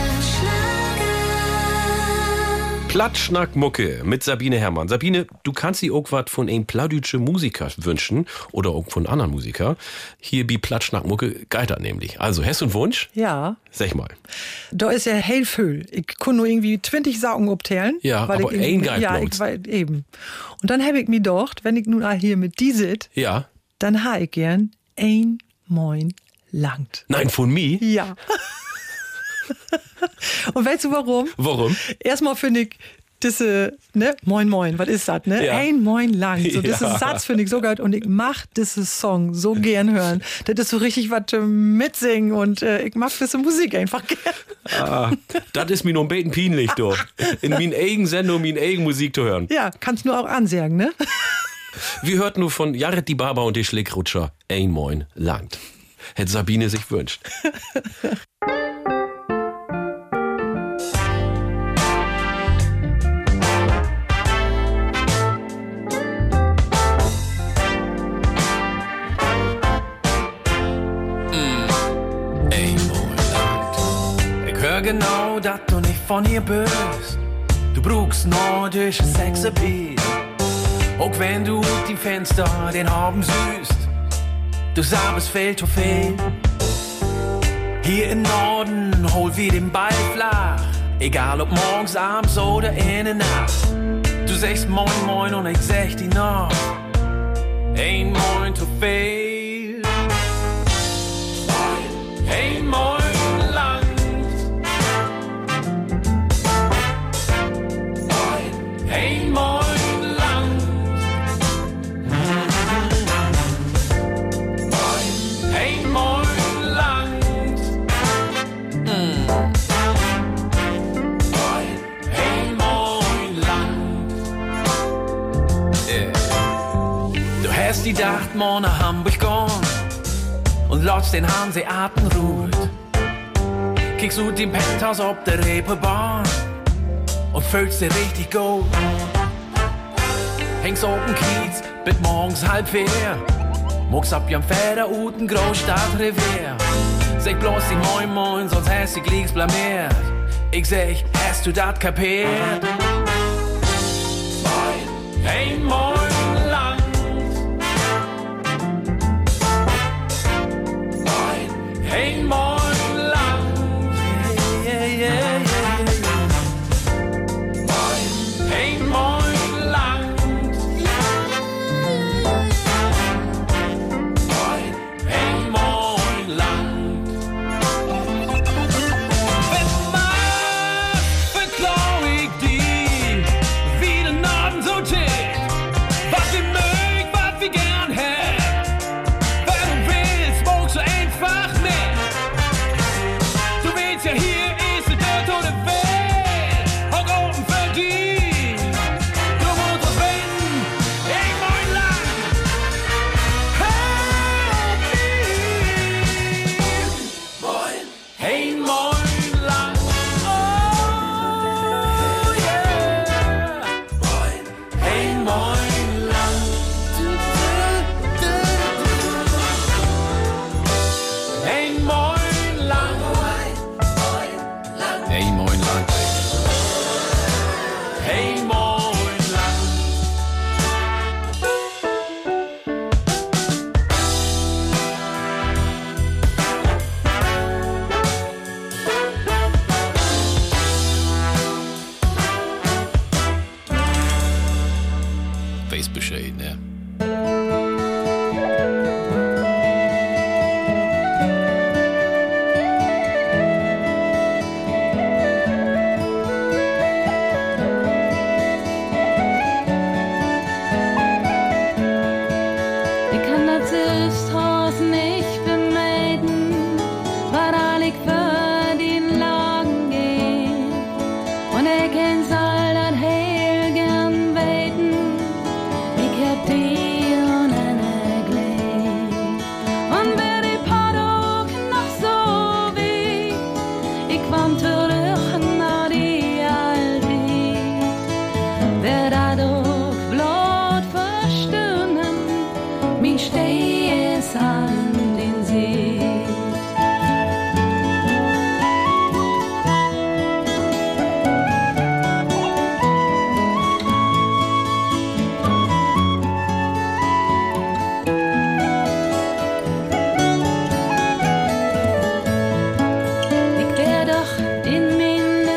Plattschnack Mucke mit Sabine Herrmann. Sabine, du kannst dir auch was von einem plattdütsche Musiker wünschen oder auch von anderen Musiker. Hier bei Plattschnack Mucke geht das nämlich. Also, hast du einen Wunsch? Ja. Sag mal. Da ist ja heel viel. Ich kann nur irgendwie zwanzig Sachen abteilen. Ja, weil aber ich ein geil Ja, bloß. ich, weil, eben. Und dann habe ich mir gedacht, wenn ich nun auch hier mit die sit, Ja. dann habe ich gern ein Moin langt. Nein, von mir? Ja. Und weißt du warum? Warum? Erstmal finde ich diese, ne, moin moin, was ist das, ne? Ja. Ein moin lang. So, das Ja. ist Satz, finde ich so geil. Und ich mach diesen Song so gern hören. Das ist so richtig was äh, mitsingen und äh, ich mag diese Musik einfach gern. Ah, das ist mir noch ein bisschen peinlich, du. In meinen eigenen Sendung, meine eigene Musik zu hören. Ja, kannst nur auch ansagen, ne? Wir hörten nur von Jared die Barber und die Schlickrutscher. Ein Moin langt. Hätte Sabine sich wünscht. Genau, dass du nicht von hier bist. Du brauchst nordische Sexappeal. Auch wenn du die Fenster den Abend süßt. Du sagst, es fehlt zu viel. Hier im Norden hol wir den Ball flach. Egal ob morgens, abends oder in der Nacht. Du sagst moin moin und ich sag die Nacht. Ein Moin zu viel. Ein Moin. Ein Moin lang. Ein Moin lang. Ein Moin lang. Du hast die Dacht, morgen nach Hamburg gone und lotst den Hanseaten ruht. Kickst du den Penthouse ob der Reeperbahn und fühlst dich richtig gut. Hängst auf dem Kiez, bis morgens halb vier. Muckst ab jam Feder uten Großstadtrevier. Sag bloß die Moin Moin, sonst hast du Gleeks blamiert. Ich sag, hast du dat kapiert? Ein Moin lang. Ein Moin lang. Yeah, yeah, yeah. Ein Moin lang. Ein Moin lang. Wenn du magst, verklau ich die, wie der Norden so tickt. Was wir mögen, was wir gern hätten. Wenn du willst, magst du einfach nicht. Du willst ja hier, ist der Dörte oder Welt. Hock oben für die. Bescheid, ne? Ich kann das Süßhaus nicht vermeiden, weil all ich für den Lagen geh. Und ich kenn all das Heil gern weiten. Ich hab die und eine Glee. Und wer die Paddock noch so wie, ich komm zurück nach die Alte. Wer da doch blot verstöhnen, mich steh es an den See. Ich wär doch in mein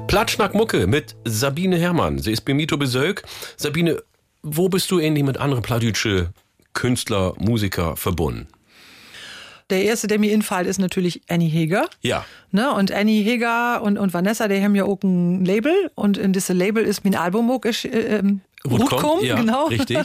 Platschnack Mucke mit Sabine Herrmann. Sie ist bei mir zu Besuch. Sabine, wo bist du ähnlich mit anderen plattdeutsche Künstler, Musiker verbunden? Der erste, der mir infällt, ist natürlich Annie Heger. Ja. Ne? Und Annie Heger und, und Vanessa, die haben ja auch ein Label. Und in diesem Label ist mein Album auch äh, ähm, Rutkom, ja, genau. Richtig.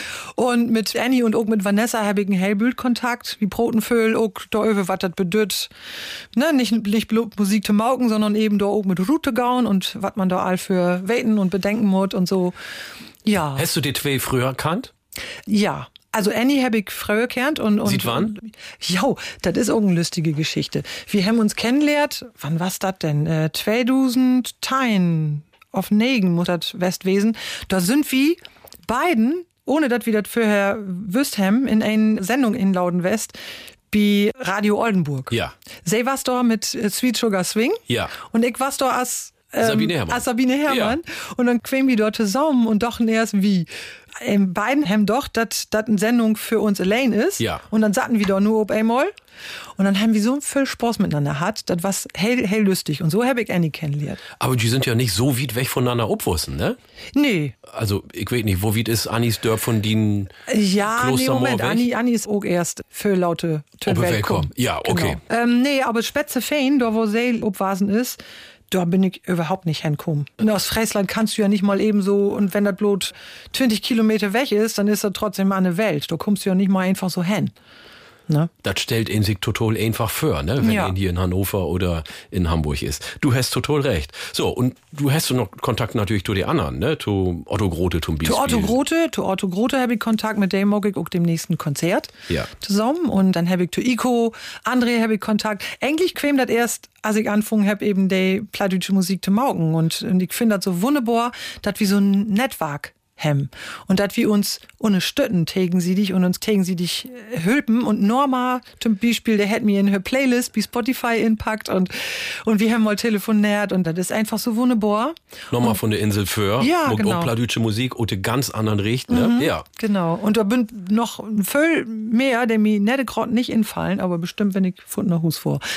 Und mit Annie und auch mit Vanessa habe ich einen Hellbild-Kontakt, wie Brotenfüll, auch da über was das bedeutet. Ne? Nicht, nicht bloß Musik zu mauken, sondern eben da auch mit Route gauen und was man da all für weten und bedenken muss und so. Ja. Hast du die zwei früher kannt? Ja. Also Annie habe ich früher kennt und, und Sieht wann? Ja, das ist auch eine lustige Geschichte. Wir haben uns kennengelernt, wann war's das denn? Äh, zweitausendzehn auf Negen muss das Westwesen. Da sind wir beiden, ohne dass wir das vorher wüsst haben, in eine Sendung in Laudenwest bei Radio Oldenburg. Ja. Sie war's da mit äh, Sweet Sugar Swing. Ja. Und ich war's da als ähm, Sabine Herrmann. Als Sabine Herrmann. Ja. Und dann quämen wir dort zusammen und doch erst wie. Ähm, beiden haben doch, dass das eine Sendung für uns allein ist. Ja. Und dann satten wir doch nur ob einmal. Und dann haben wir so viel Spaß miteinander hat, das war hell, hell lustig. Und so habe ich Annie kennengelernt. Aber die sind ja nicht so weit weg voneinander obwussen, ne? Nee. Also, ich weiß nicht, wo weit ist Annis Dörp von den Ja, nee, Klostermoor Moment, weg? Annie, Annie ist auch erst für laute Ob er wegkommt. Ja, okay. Genau. Ähm, nee, aber Spätzefein, da wo See obwasen ist, da bin ich überhaupt nicht hingekommen. Und aus Friesland kannst du ja nicht mal eben so, und wenn das Blut zwanzig Kilometer weg ist, dann ist das trotzdem eine Welt. Da kommst du ja nicht mal einfach so hin. Ne? Das stellt ihn sich total einfach vor, ne? Wenn Ja. er hier in Hannover oder in Hamburg ist. Du hast total recht. So, und du hast noch Kontakt natürlich zu den anderen, ne? Zu Otto Grote zum Beispiel. Zu Otto Grote, zu Otto Grote habe ich Kontakt, mit dem mag ich auch dem nächsten Konzert Ja. zusammen. Und dann habe ich zu Ico, André habe ich Kontakt. Eigentlich quäm das erst, als ich angefangen habe, eben die plattdeutsche Musik zu mauken. Und, und ich finde das so wunderbar, dass wir so ein Netzwerk haben. Und dass wir uns unterstützen, tegen sie dich und uns tegen sie dich äh, hülpen. Und Norma zum Beispiel, der hat mir in her Playlist wie Spotify inpackt und, und wir haben mal telefoniert und das ist einfach so wunderbar. Nochmal von der Insel Föhr. Ja, und genau. auch plattdeutsche Musik und der ganz anderen Richt, ne? Mhm. Ja. Genau. Und da bin noch viel mehr, der mir nicht gerade nicht infallen, aber bestimmt, wenn ich von nach Hus vor.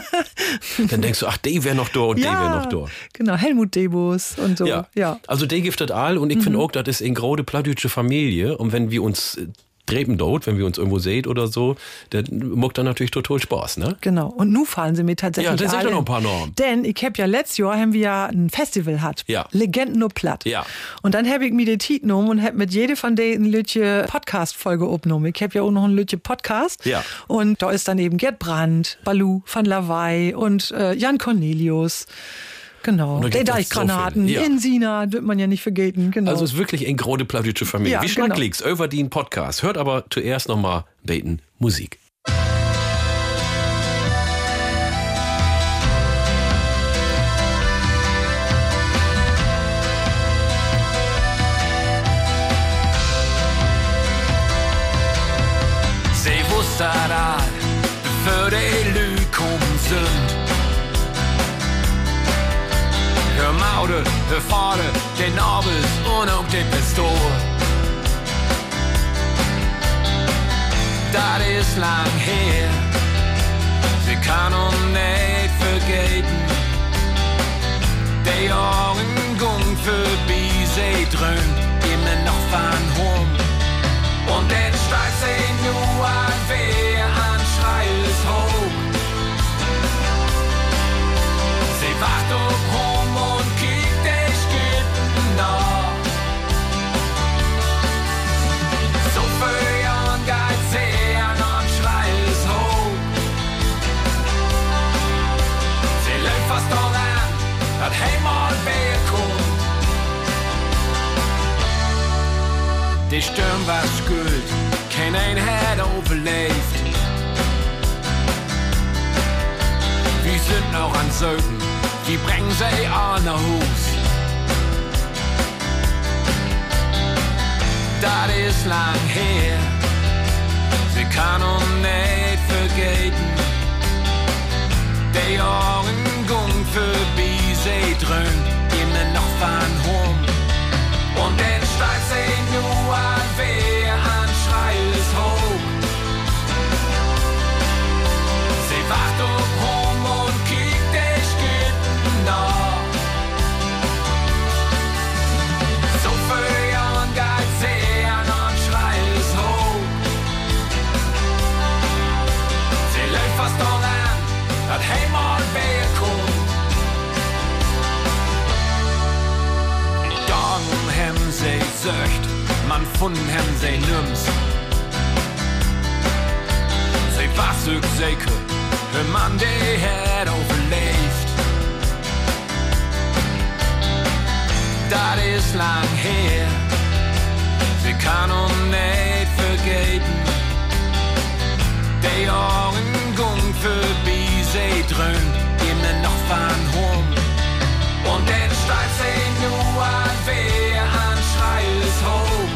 Dann denkst du, ach, der wäre noch da und der wäre noch da. Genau, Helmut Debus und so. Ja. ja. Also der giftet all und ich Mhm. finde auch, das ist eine große plattdeutsche Familie und wenn wir uns äh, treten dort, wenn wir uns irgendwo sehen oder so, dann macht dann natürlich total Spaß, ne? Genau. Und nun fallen sie mir tatsächlich Ja, das sind alle ja noch ein in. paar Normen. Denn ich hab ja letztes Jahr haben wir ja ein Festival hat. Ja. Legenden nur platt. Ja. Und dann hab ich mir den Titel genommen und hab mit jede von denen eine Lütje Podcast-Folge aufgenommen. Ich hab ja auch noch ein Lütje Podcast. Ja. Und da ist dann eben Gerd Brandt, Balu van Lawey und äh, Jan Cornelius. Genau. Und da Die gibt es Deichgranaten, so viele, ja. Insina, wird man ja nicht vergeten. Genau. Also es ist wirklich eine große plattdeutsche Familie. Ja, Wie genau. Schnackligs, über den Podcast. Hört aber zuerst nochmal beten Musik. Sie wusste da, bevor die Lü kommen sind. Hör Maude, hör Vater, den Nabels und auch den Pistol. Das ist lang her, sie kann uns nicht vergeten. Die Jahre gung vorbei, sie dröhnt immer noch von Home. Und dann steigt sie nur an, wer an Schrei ist hoch. Sie wacht auf rum und kickt die Skitten nach. So viel Jahren geht sie an und Schrei ist hoch. Sie läuft fast daran, dass einmal wer kommt. Die Sturm war schuld, kein ein hat overleeft. Wir sind noch an Söden, die bringen sie an nach Hus. Das ist lang her, sie kann uns nicht vergeten. Die Jahre gung vorbei, sie dröhnt immer noch von Home. Und dann steigt sie nur an, wer an Schrei ist hoch. Sie wacht auf rum und kickt die Skitten nach. weerkomt. Dagen hem zij zucht, man vonden hem zij nums. Zij was ook zeker, een man die het overleeft. Dat is lang her, ze kan ons niet vergeten. Die Jahre ging vorbei, sie dröhnt immer noch von home. Und dann steigt sie nur an, wer an Schrei ist hoch.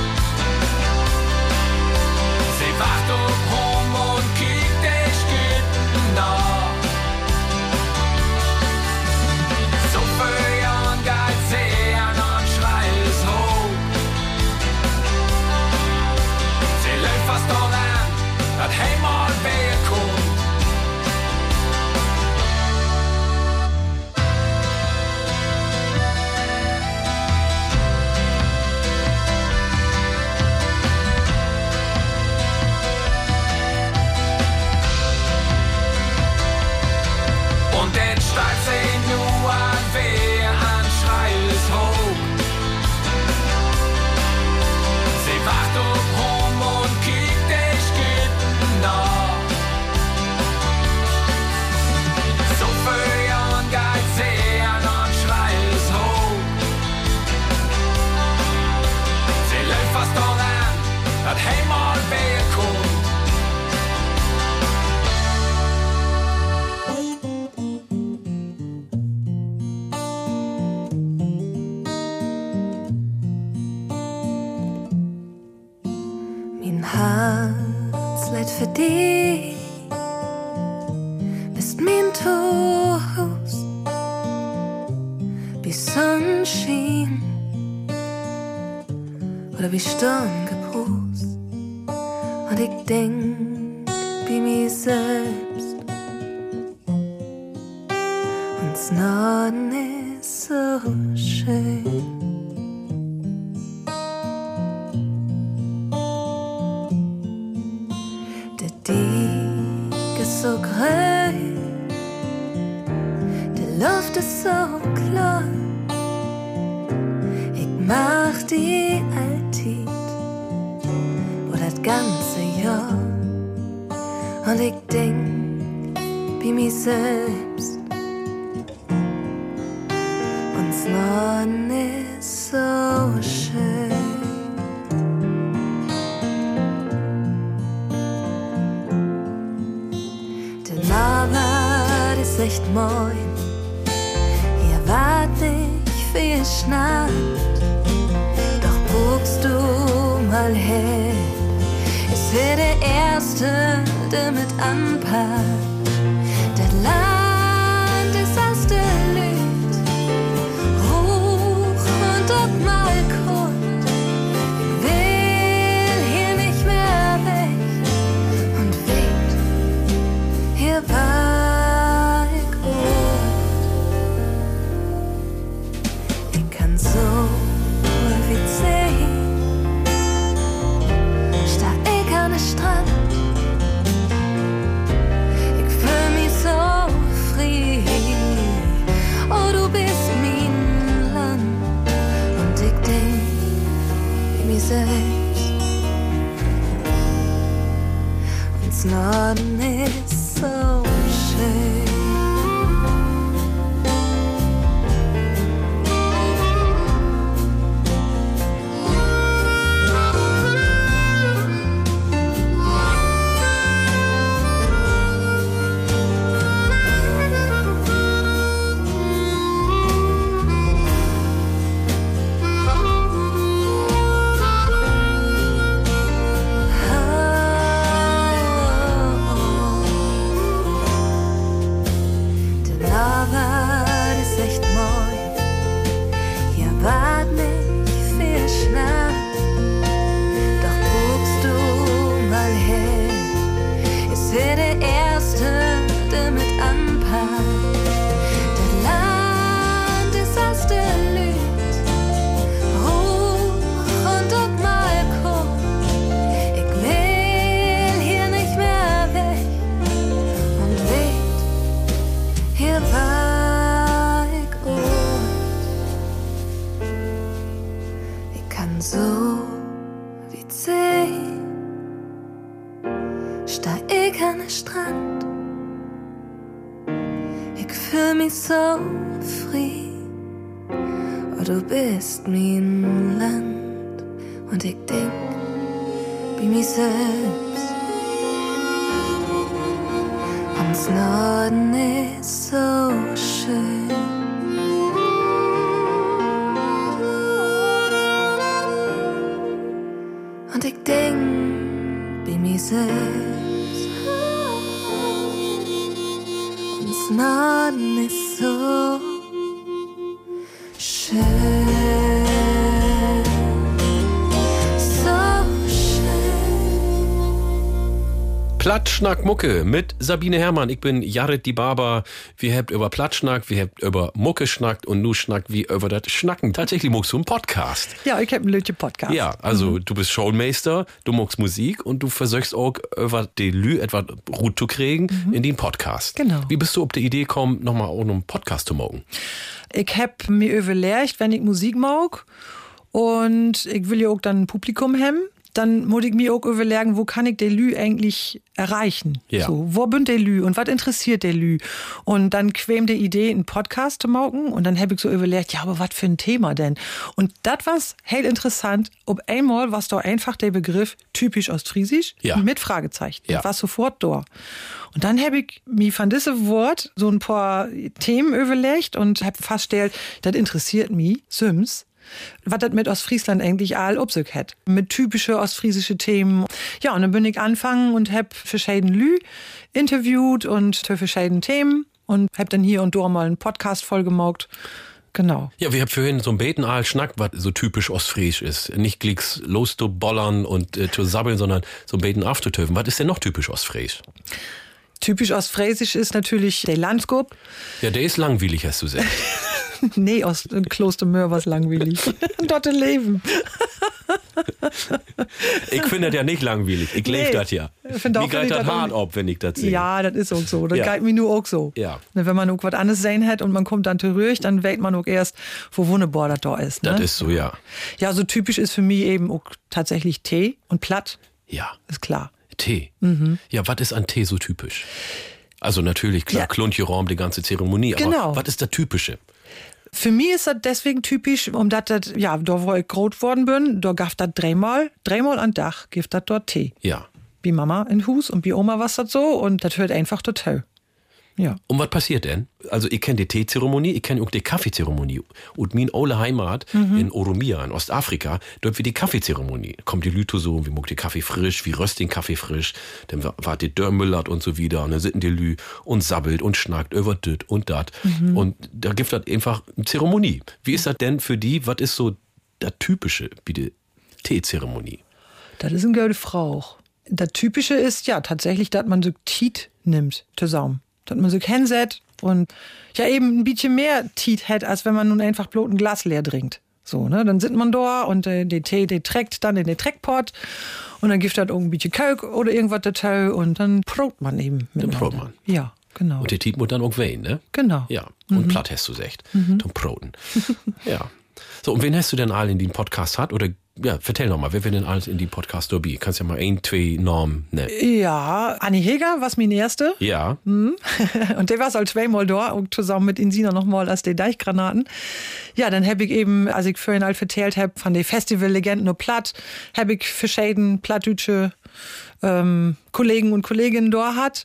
Sie wacht auf home und kiegt die Sküten nach. So viel Jahren geht sie an und Schrei ist hoch. Sie läuft fast daran, dat helemaal weerkomt. Und dann steigt sie nur an, wer an Schrei ist hoch. Sie wacht auf home und kiegt die Sküten nach. So viel Jahren geht sie an und Schrei ist hoch. Sie läuft fast daran, dat helemaal weerkomt. Mein Herz leid für dich, bist mein Trost, wie Sonnenschein oder wie Sturmgebrust. Und ich denk wie mir selbst, und's Norden ist so schön. So grün, die Luft ist so klar. Ich mach die Allzeit, wo das ganze Jahr. Und ich denk wie mich selbst, und's Norden ist so schön. Aber das ist echt moin, hier wart ich viel Schnatt. Doch guckst du mal her, es wird der Erste, der mit anpackt. Das Land ist aus der Lüt, hoch und ob mal kurz. Ich will hier nicht mehr weg und weht, hier war ich gut. Ich kann so wie sehen, steh ich an den Strand. hier war ich und ich kann so wie zehn steh ich an den Strand. Ich fühl mich so frei, oh, du bist mein Land und ich denk wie mich selbst. Uns Norden ist so schön. Und ich denk wie mich selbst. Uns Norden ist so schön. Platschnack Mucke mit Sabine Herrmann. Ich bin Jared die Barber. Wir habt über Platschnack, wir habt über Mucke schnackt und nu schnackt wie über das Schnacken. Tatsächlich muckst du einen Podcast. Ja, ich hab einen Lütje Podcast. Ja, also mhm. du bist Showmeister, du muckst Musik und du versuchst auch über die Lü etwas gut zu kriegen mhm. in den Podcast. Genau. Wie bist du auf die Idee gekommen, nochmal auch einen Podcast zu machen? Ich hab mir überlegt, wenn ich Musik mag und ich will ja auch dann ein Publikum haben, dann muss ich mir auch überlegen, wo kann ich die Lü eigentlich erreichen? Ja. So, wo bin die Lü und was interessiert die Lü? Und dann quäm die Idee, einen Podcast zu machen und dann habe ich so überlegt, ja, aber was für ein Thema denn? Und das war heel interessant. Ob einmal war da einfach der Begriff typisch ostfriesisch ja. mit Fragezeichen. Ja. Das war sofort da. Und dann habe ich mir von diesem Wort so ein paar Themen überlegt und habe festgestellt, das interessiert mich, Sims. Was das mit Ostfriesland eigentlich all auf sich hat. Mit typische ostfriesische Themen. Ja, und dann bin ich angefangen und hab verschiedene Lü interviewt und für verschiedene Themen und hab dann hier und da mal einen Podcast vollgemaugt. Genau. Ja, wir haben vorhin so ein Beten aal Schnack, was so typisch ostfriesisch ist. Nicht glicks los zu bollern und äh, zu sabbeln, sondern so ein Beten aufzutöven. Was ist denn noch typisch ostfriesisch? Typisch ostfriesisch ist natürlich der Landskop. Ja, der ist langweilig, hast du gesagt. Nee, aus Klostermöhr war's langweilig. Dort leben. Ich finde das ja nicht langweilig. Ich lebe Nee, das ja. ich find auch, Mir wenn geht ich das das hart auch- ab, wenn ich das sehe. Ja, das ist auch so. Das Ja. geht mir nur auch so. Ja. Ne, wenn man auch was anderes sehen hat und man kommt dann zurück, dann weiß man auch erst, wo wunderbar das da ist. Ne? Das ist so, ja. Ja, so typisch ist für mich eben auch tatsächlich Tee und Platt, Ja, ist klar. Tee. Mhm. Ja, was ist an Tee so typisch? Also natürlich, klar, Ja. Kluntje Raum, die ganze Zeremonie. Genau. Aber was ist das Typische? Für mich ist das deswegen typisch, um das, das- ja, da wo ich groß worden bin, da gab das dreimal, dreimal an Dach, gibt das dort Tee. Ja. Wie Mama in Hus und wie Oma was das so und das hört einfach total. Ja. Und was passiert denn? Also ich kenne die Teezeremonie, ich kenne auch die Kaffeezeremonie. Und min ole Heimat Mhm. in Oromia, in Ostafrika, dort wird die Kaffeezeremonie. Kommt die Lüte so, wie muckt die Kaffee frisch, wie röst den Kaffee frisch, dann wart die Dörrmüllert und so wieder. Und dann sitten die Lü und sabbelt und schnackt über dit und dat. Mhm. Und da gibt das einfach eine Zeremonie. Wie ist das denn für die, was ist so das Typische wie die Teezeremonie? Das ist ein gute Frau. Das Typische ist ja tatsächlich, dass man so Tiet nimmt zusammen. Dass man so hinsetzt und ja eben ein bisschen mehr Tiet hat, als wenn man nun einfach bloß ein Glas leer trinkt. So, ne? Dann sitzt man da und äh, den Tee, den trägt dann in den Treckpot und dann gibt das ein bisschen Kölk oder irgendwas dazu und dann probt man eben Dann miteinander. probt man. Ja, genau. Und der Tiet muss dann auch wehen, ne? Genau. Ja, und Mhm. platt hast du gesagt. Mhm. Zum Proten. Ja. So, und wen hast du denn alle in den Podcast hat? Oder, ja, vertell noch mal, wer wird denn alles in den Podcast dabei? Kannst ja mal ein, zwei Namen nennen. Ja, Anni Heger war mein erste. Ja. Mhm. Und der war halt zweimal da und zusammen mit Insina nochmal als die Deichgranaten. Ja, dann habe ich eben, als ich vorhin halt erzählt habe, von den Festivallegenden nur platt, habe ich verschiedene plattdeutsche ähm, Kollegen und Kolleginnen da hat.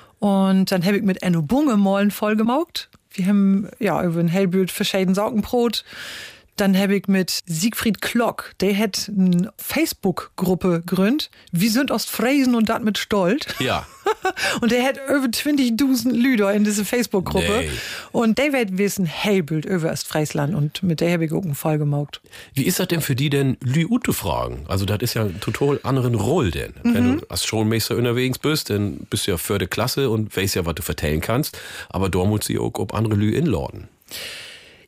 Und dann habe ich mit Enno Bunge mal einen vollgemaugt. Wir haben ja über ein Hellbild verschiedene Saugenbrot. Dann habe ich mit Siegfried Klock, der hat eine Facebook-Gruppe gegründet. Wir sind Ostfriesen und das mit Stolz. Ja. Und der hat über zwanzigtausend Lüder in diese Facebook-Gruppe. Nee. Und der wird wissen, Hellbild über Ostfriesland. Und mit der habe ich auch einen Fall gemaugt. Wie ist das denn für die denn, Lü ut zu fragen? Also, das ist ja ein total anderen Roll denn. Mhm. Wenn du als Schulmeister unterwegs bist, dann bist du ja für die Klasse und weißt ja, was du vertellen kannst. Aber da muss sie auch ob andere Lü inladen.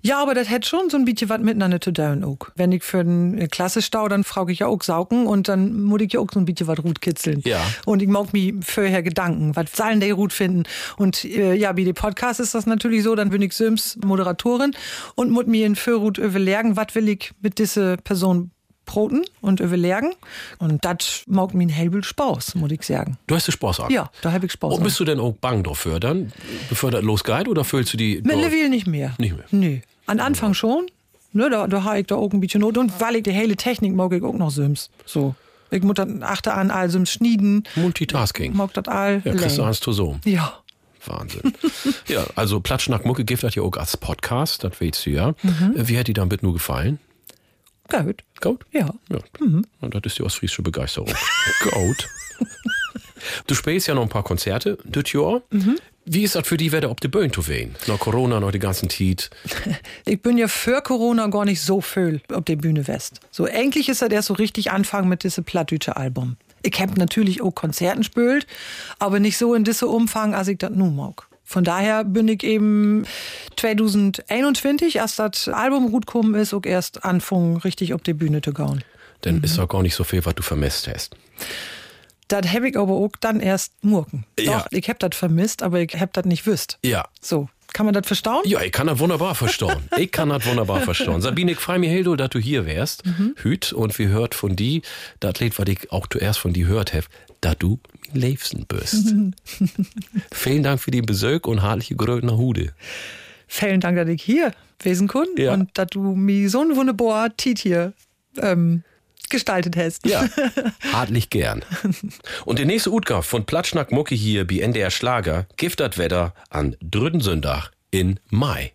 Ja, aber das hätte schon so ein bisschen was miteinander zu tun auch. Wenn ich für den Klassestau, dann frage ich ja auch saugen und dann muss ich ja auch so ein bisschen was gut kitzeln. Ja. Und ich mag mir vorher Gedanken, was sollen die gut finden? Und äh, ja, wie die Podcast ist das natürlich so, dann bin ich Sims Moderatorin und muss mir in Vorrut überlegen, was will ich mit dieser Person Broten und überlegen. Und das macht mir ein hellbild Spaß, muss ich sagen. Du hast den Spaß an? Ja, da habe ich Spaß Und an. bist du denn auch bang dafür dann, bevor das losgeht, oder fühlst du die... Mittlerweile nicht mehr. Nicht mehr? Nee. An Anfang schon. Ne, da, da habe ich da auch ein bisschen Not. Und weil ich die hele Technik mag ich auch noch Sims. So. Ich muss dann achte an all Sims schnieden. Multitasking. Mag das all. Ja, kriegst du eins zu so. Ja. Wahnsinn. Ja, also Platschnack Mucke gibt das ja auch als Podcast, das weißt du ja. Mhm. Wie hat dir damit nur gefallen? Gut. Gut? Ja. Ja. Mhm. Und das ist die ostfriesische Begeisterung. Gut. Du spielst ja noch ein paar Konzerte das Jahr. Mhm. Wie ist das für die Wetter auf der Bühne zu wehen? Nach Corona, noch die ganzen Tiet. Ich bin ja für Corona gar nicht so viel auf der Bühne West. So eigentlich ist das erst so richtig Anfang mit diesem plattdeutsche Album. Ich hab natürlich auch Konzerten gespielt, aber nicht so in diesem Umfang, als ich das nun mag. Von daher bin ich eben zwanzig einundzwanzig, als das Album gut gekommen ist, auch erst anfangen, richtig auf die Bühne zu gehen. Dann mhm. ist auch gar nicht so viel, was du vermisst hast. Das hab ich aber auch dann erst murken. Ja. Doch, ich hab das vermisst, aber ich hab das nicht wüsst. Ja. So, kann man das verstauen? Ja, ich kann das wunderbar verstauen. ich kann das wunderbar verstauen. Sabine, ich freue mich heel, dass du hier wärst. Mhm. Hüt, und wir hört von die, das Lied, was ich auch zuerst von die hört habe, dass du mein Liebsten bist. Vielen Dank für den Besuch und hartliche Grüße nach Hude. Vielen Dank, dass ich hier gewesen bin ja. und dass du mir so ein wunderbarer Tiet hier ähm, gestaltet hast. Ja, hartlich gern. Und die nächste Utgabe von Platschnack Mucke hier bei N D R Schlager gibt das Wetter an dritten Sonntag in Mai.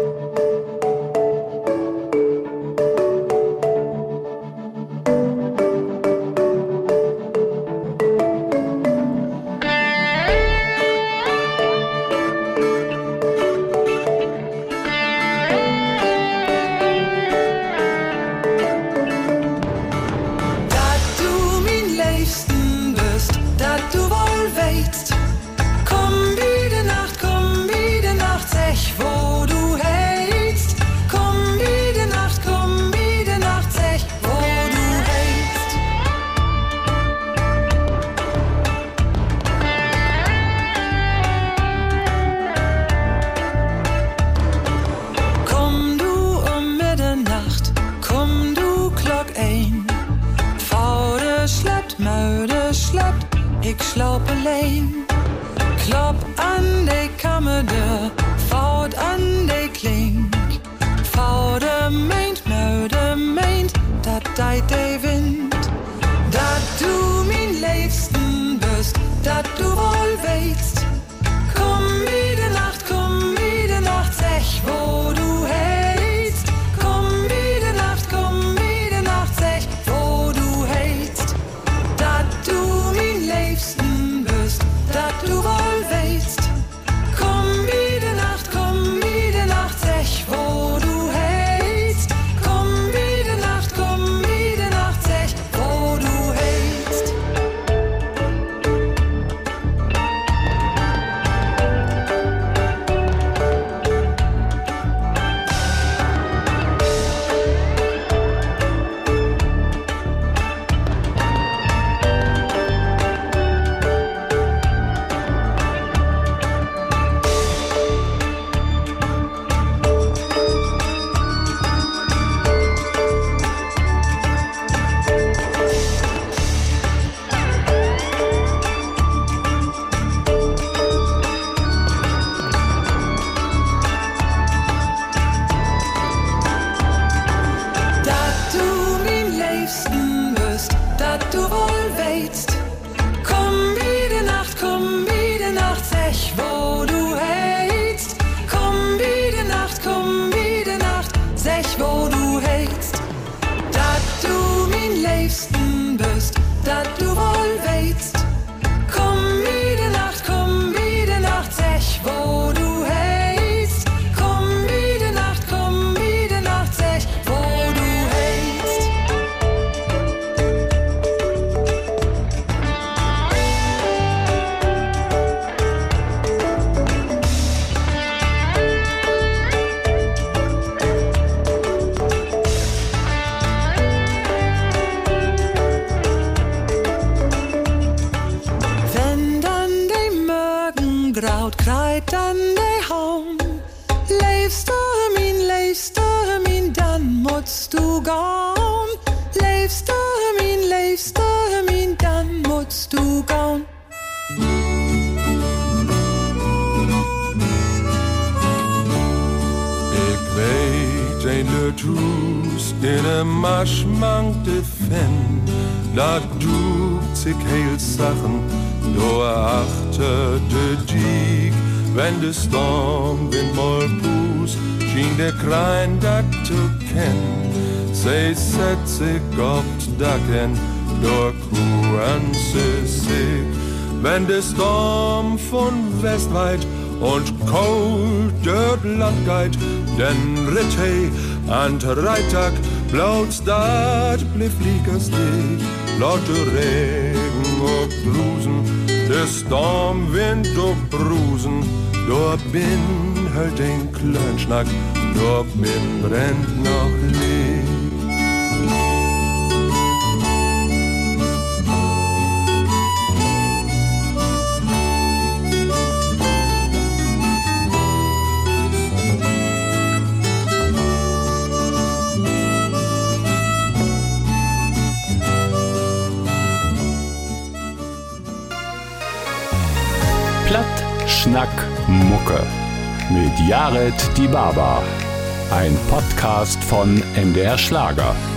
Ik slaap alleen, klop aan de kammerdeur, fout aan de klink. Foude meent, muide meent, dat deit de wind. Dat du mijn liefsten bist, dat du wohl weißt. Komm wie de Nacht, komm wie de Nacht, zeg wo du heißt. Komm wie de Nacht, komm wie de Nacht, zeg wo du heißt. Dat du mijn liefsten bist, dat du wohl weißt. Komm wie de Nacht, komm wie de Nacht, zeg wo du heißt. Komm wie de Nacht, komm wie de Nacht, zeg wo du heißt. le Trus in a Marsch mangt de Fan, da dukt sich heel Sachen, do achte de Dieg, wenn de Storm wind mal pus, schien der Krein dat zu kennen, sei set sich oft dacken, do kuren se sich, wenn de Storm von Westweit und kalt dort Land geht, denn Ritte an Freitag blaut's dat blieb Fliegerstig, laute Regen und Drusen, der Stormwind und Brusen, dort bin halt den Klönschnack, dort bin brennt noch Licht. Schnack Mucke mit Jared die Baba. Ein Podcast von M D R Schlager.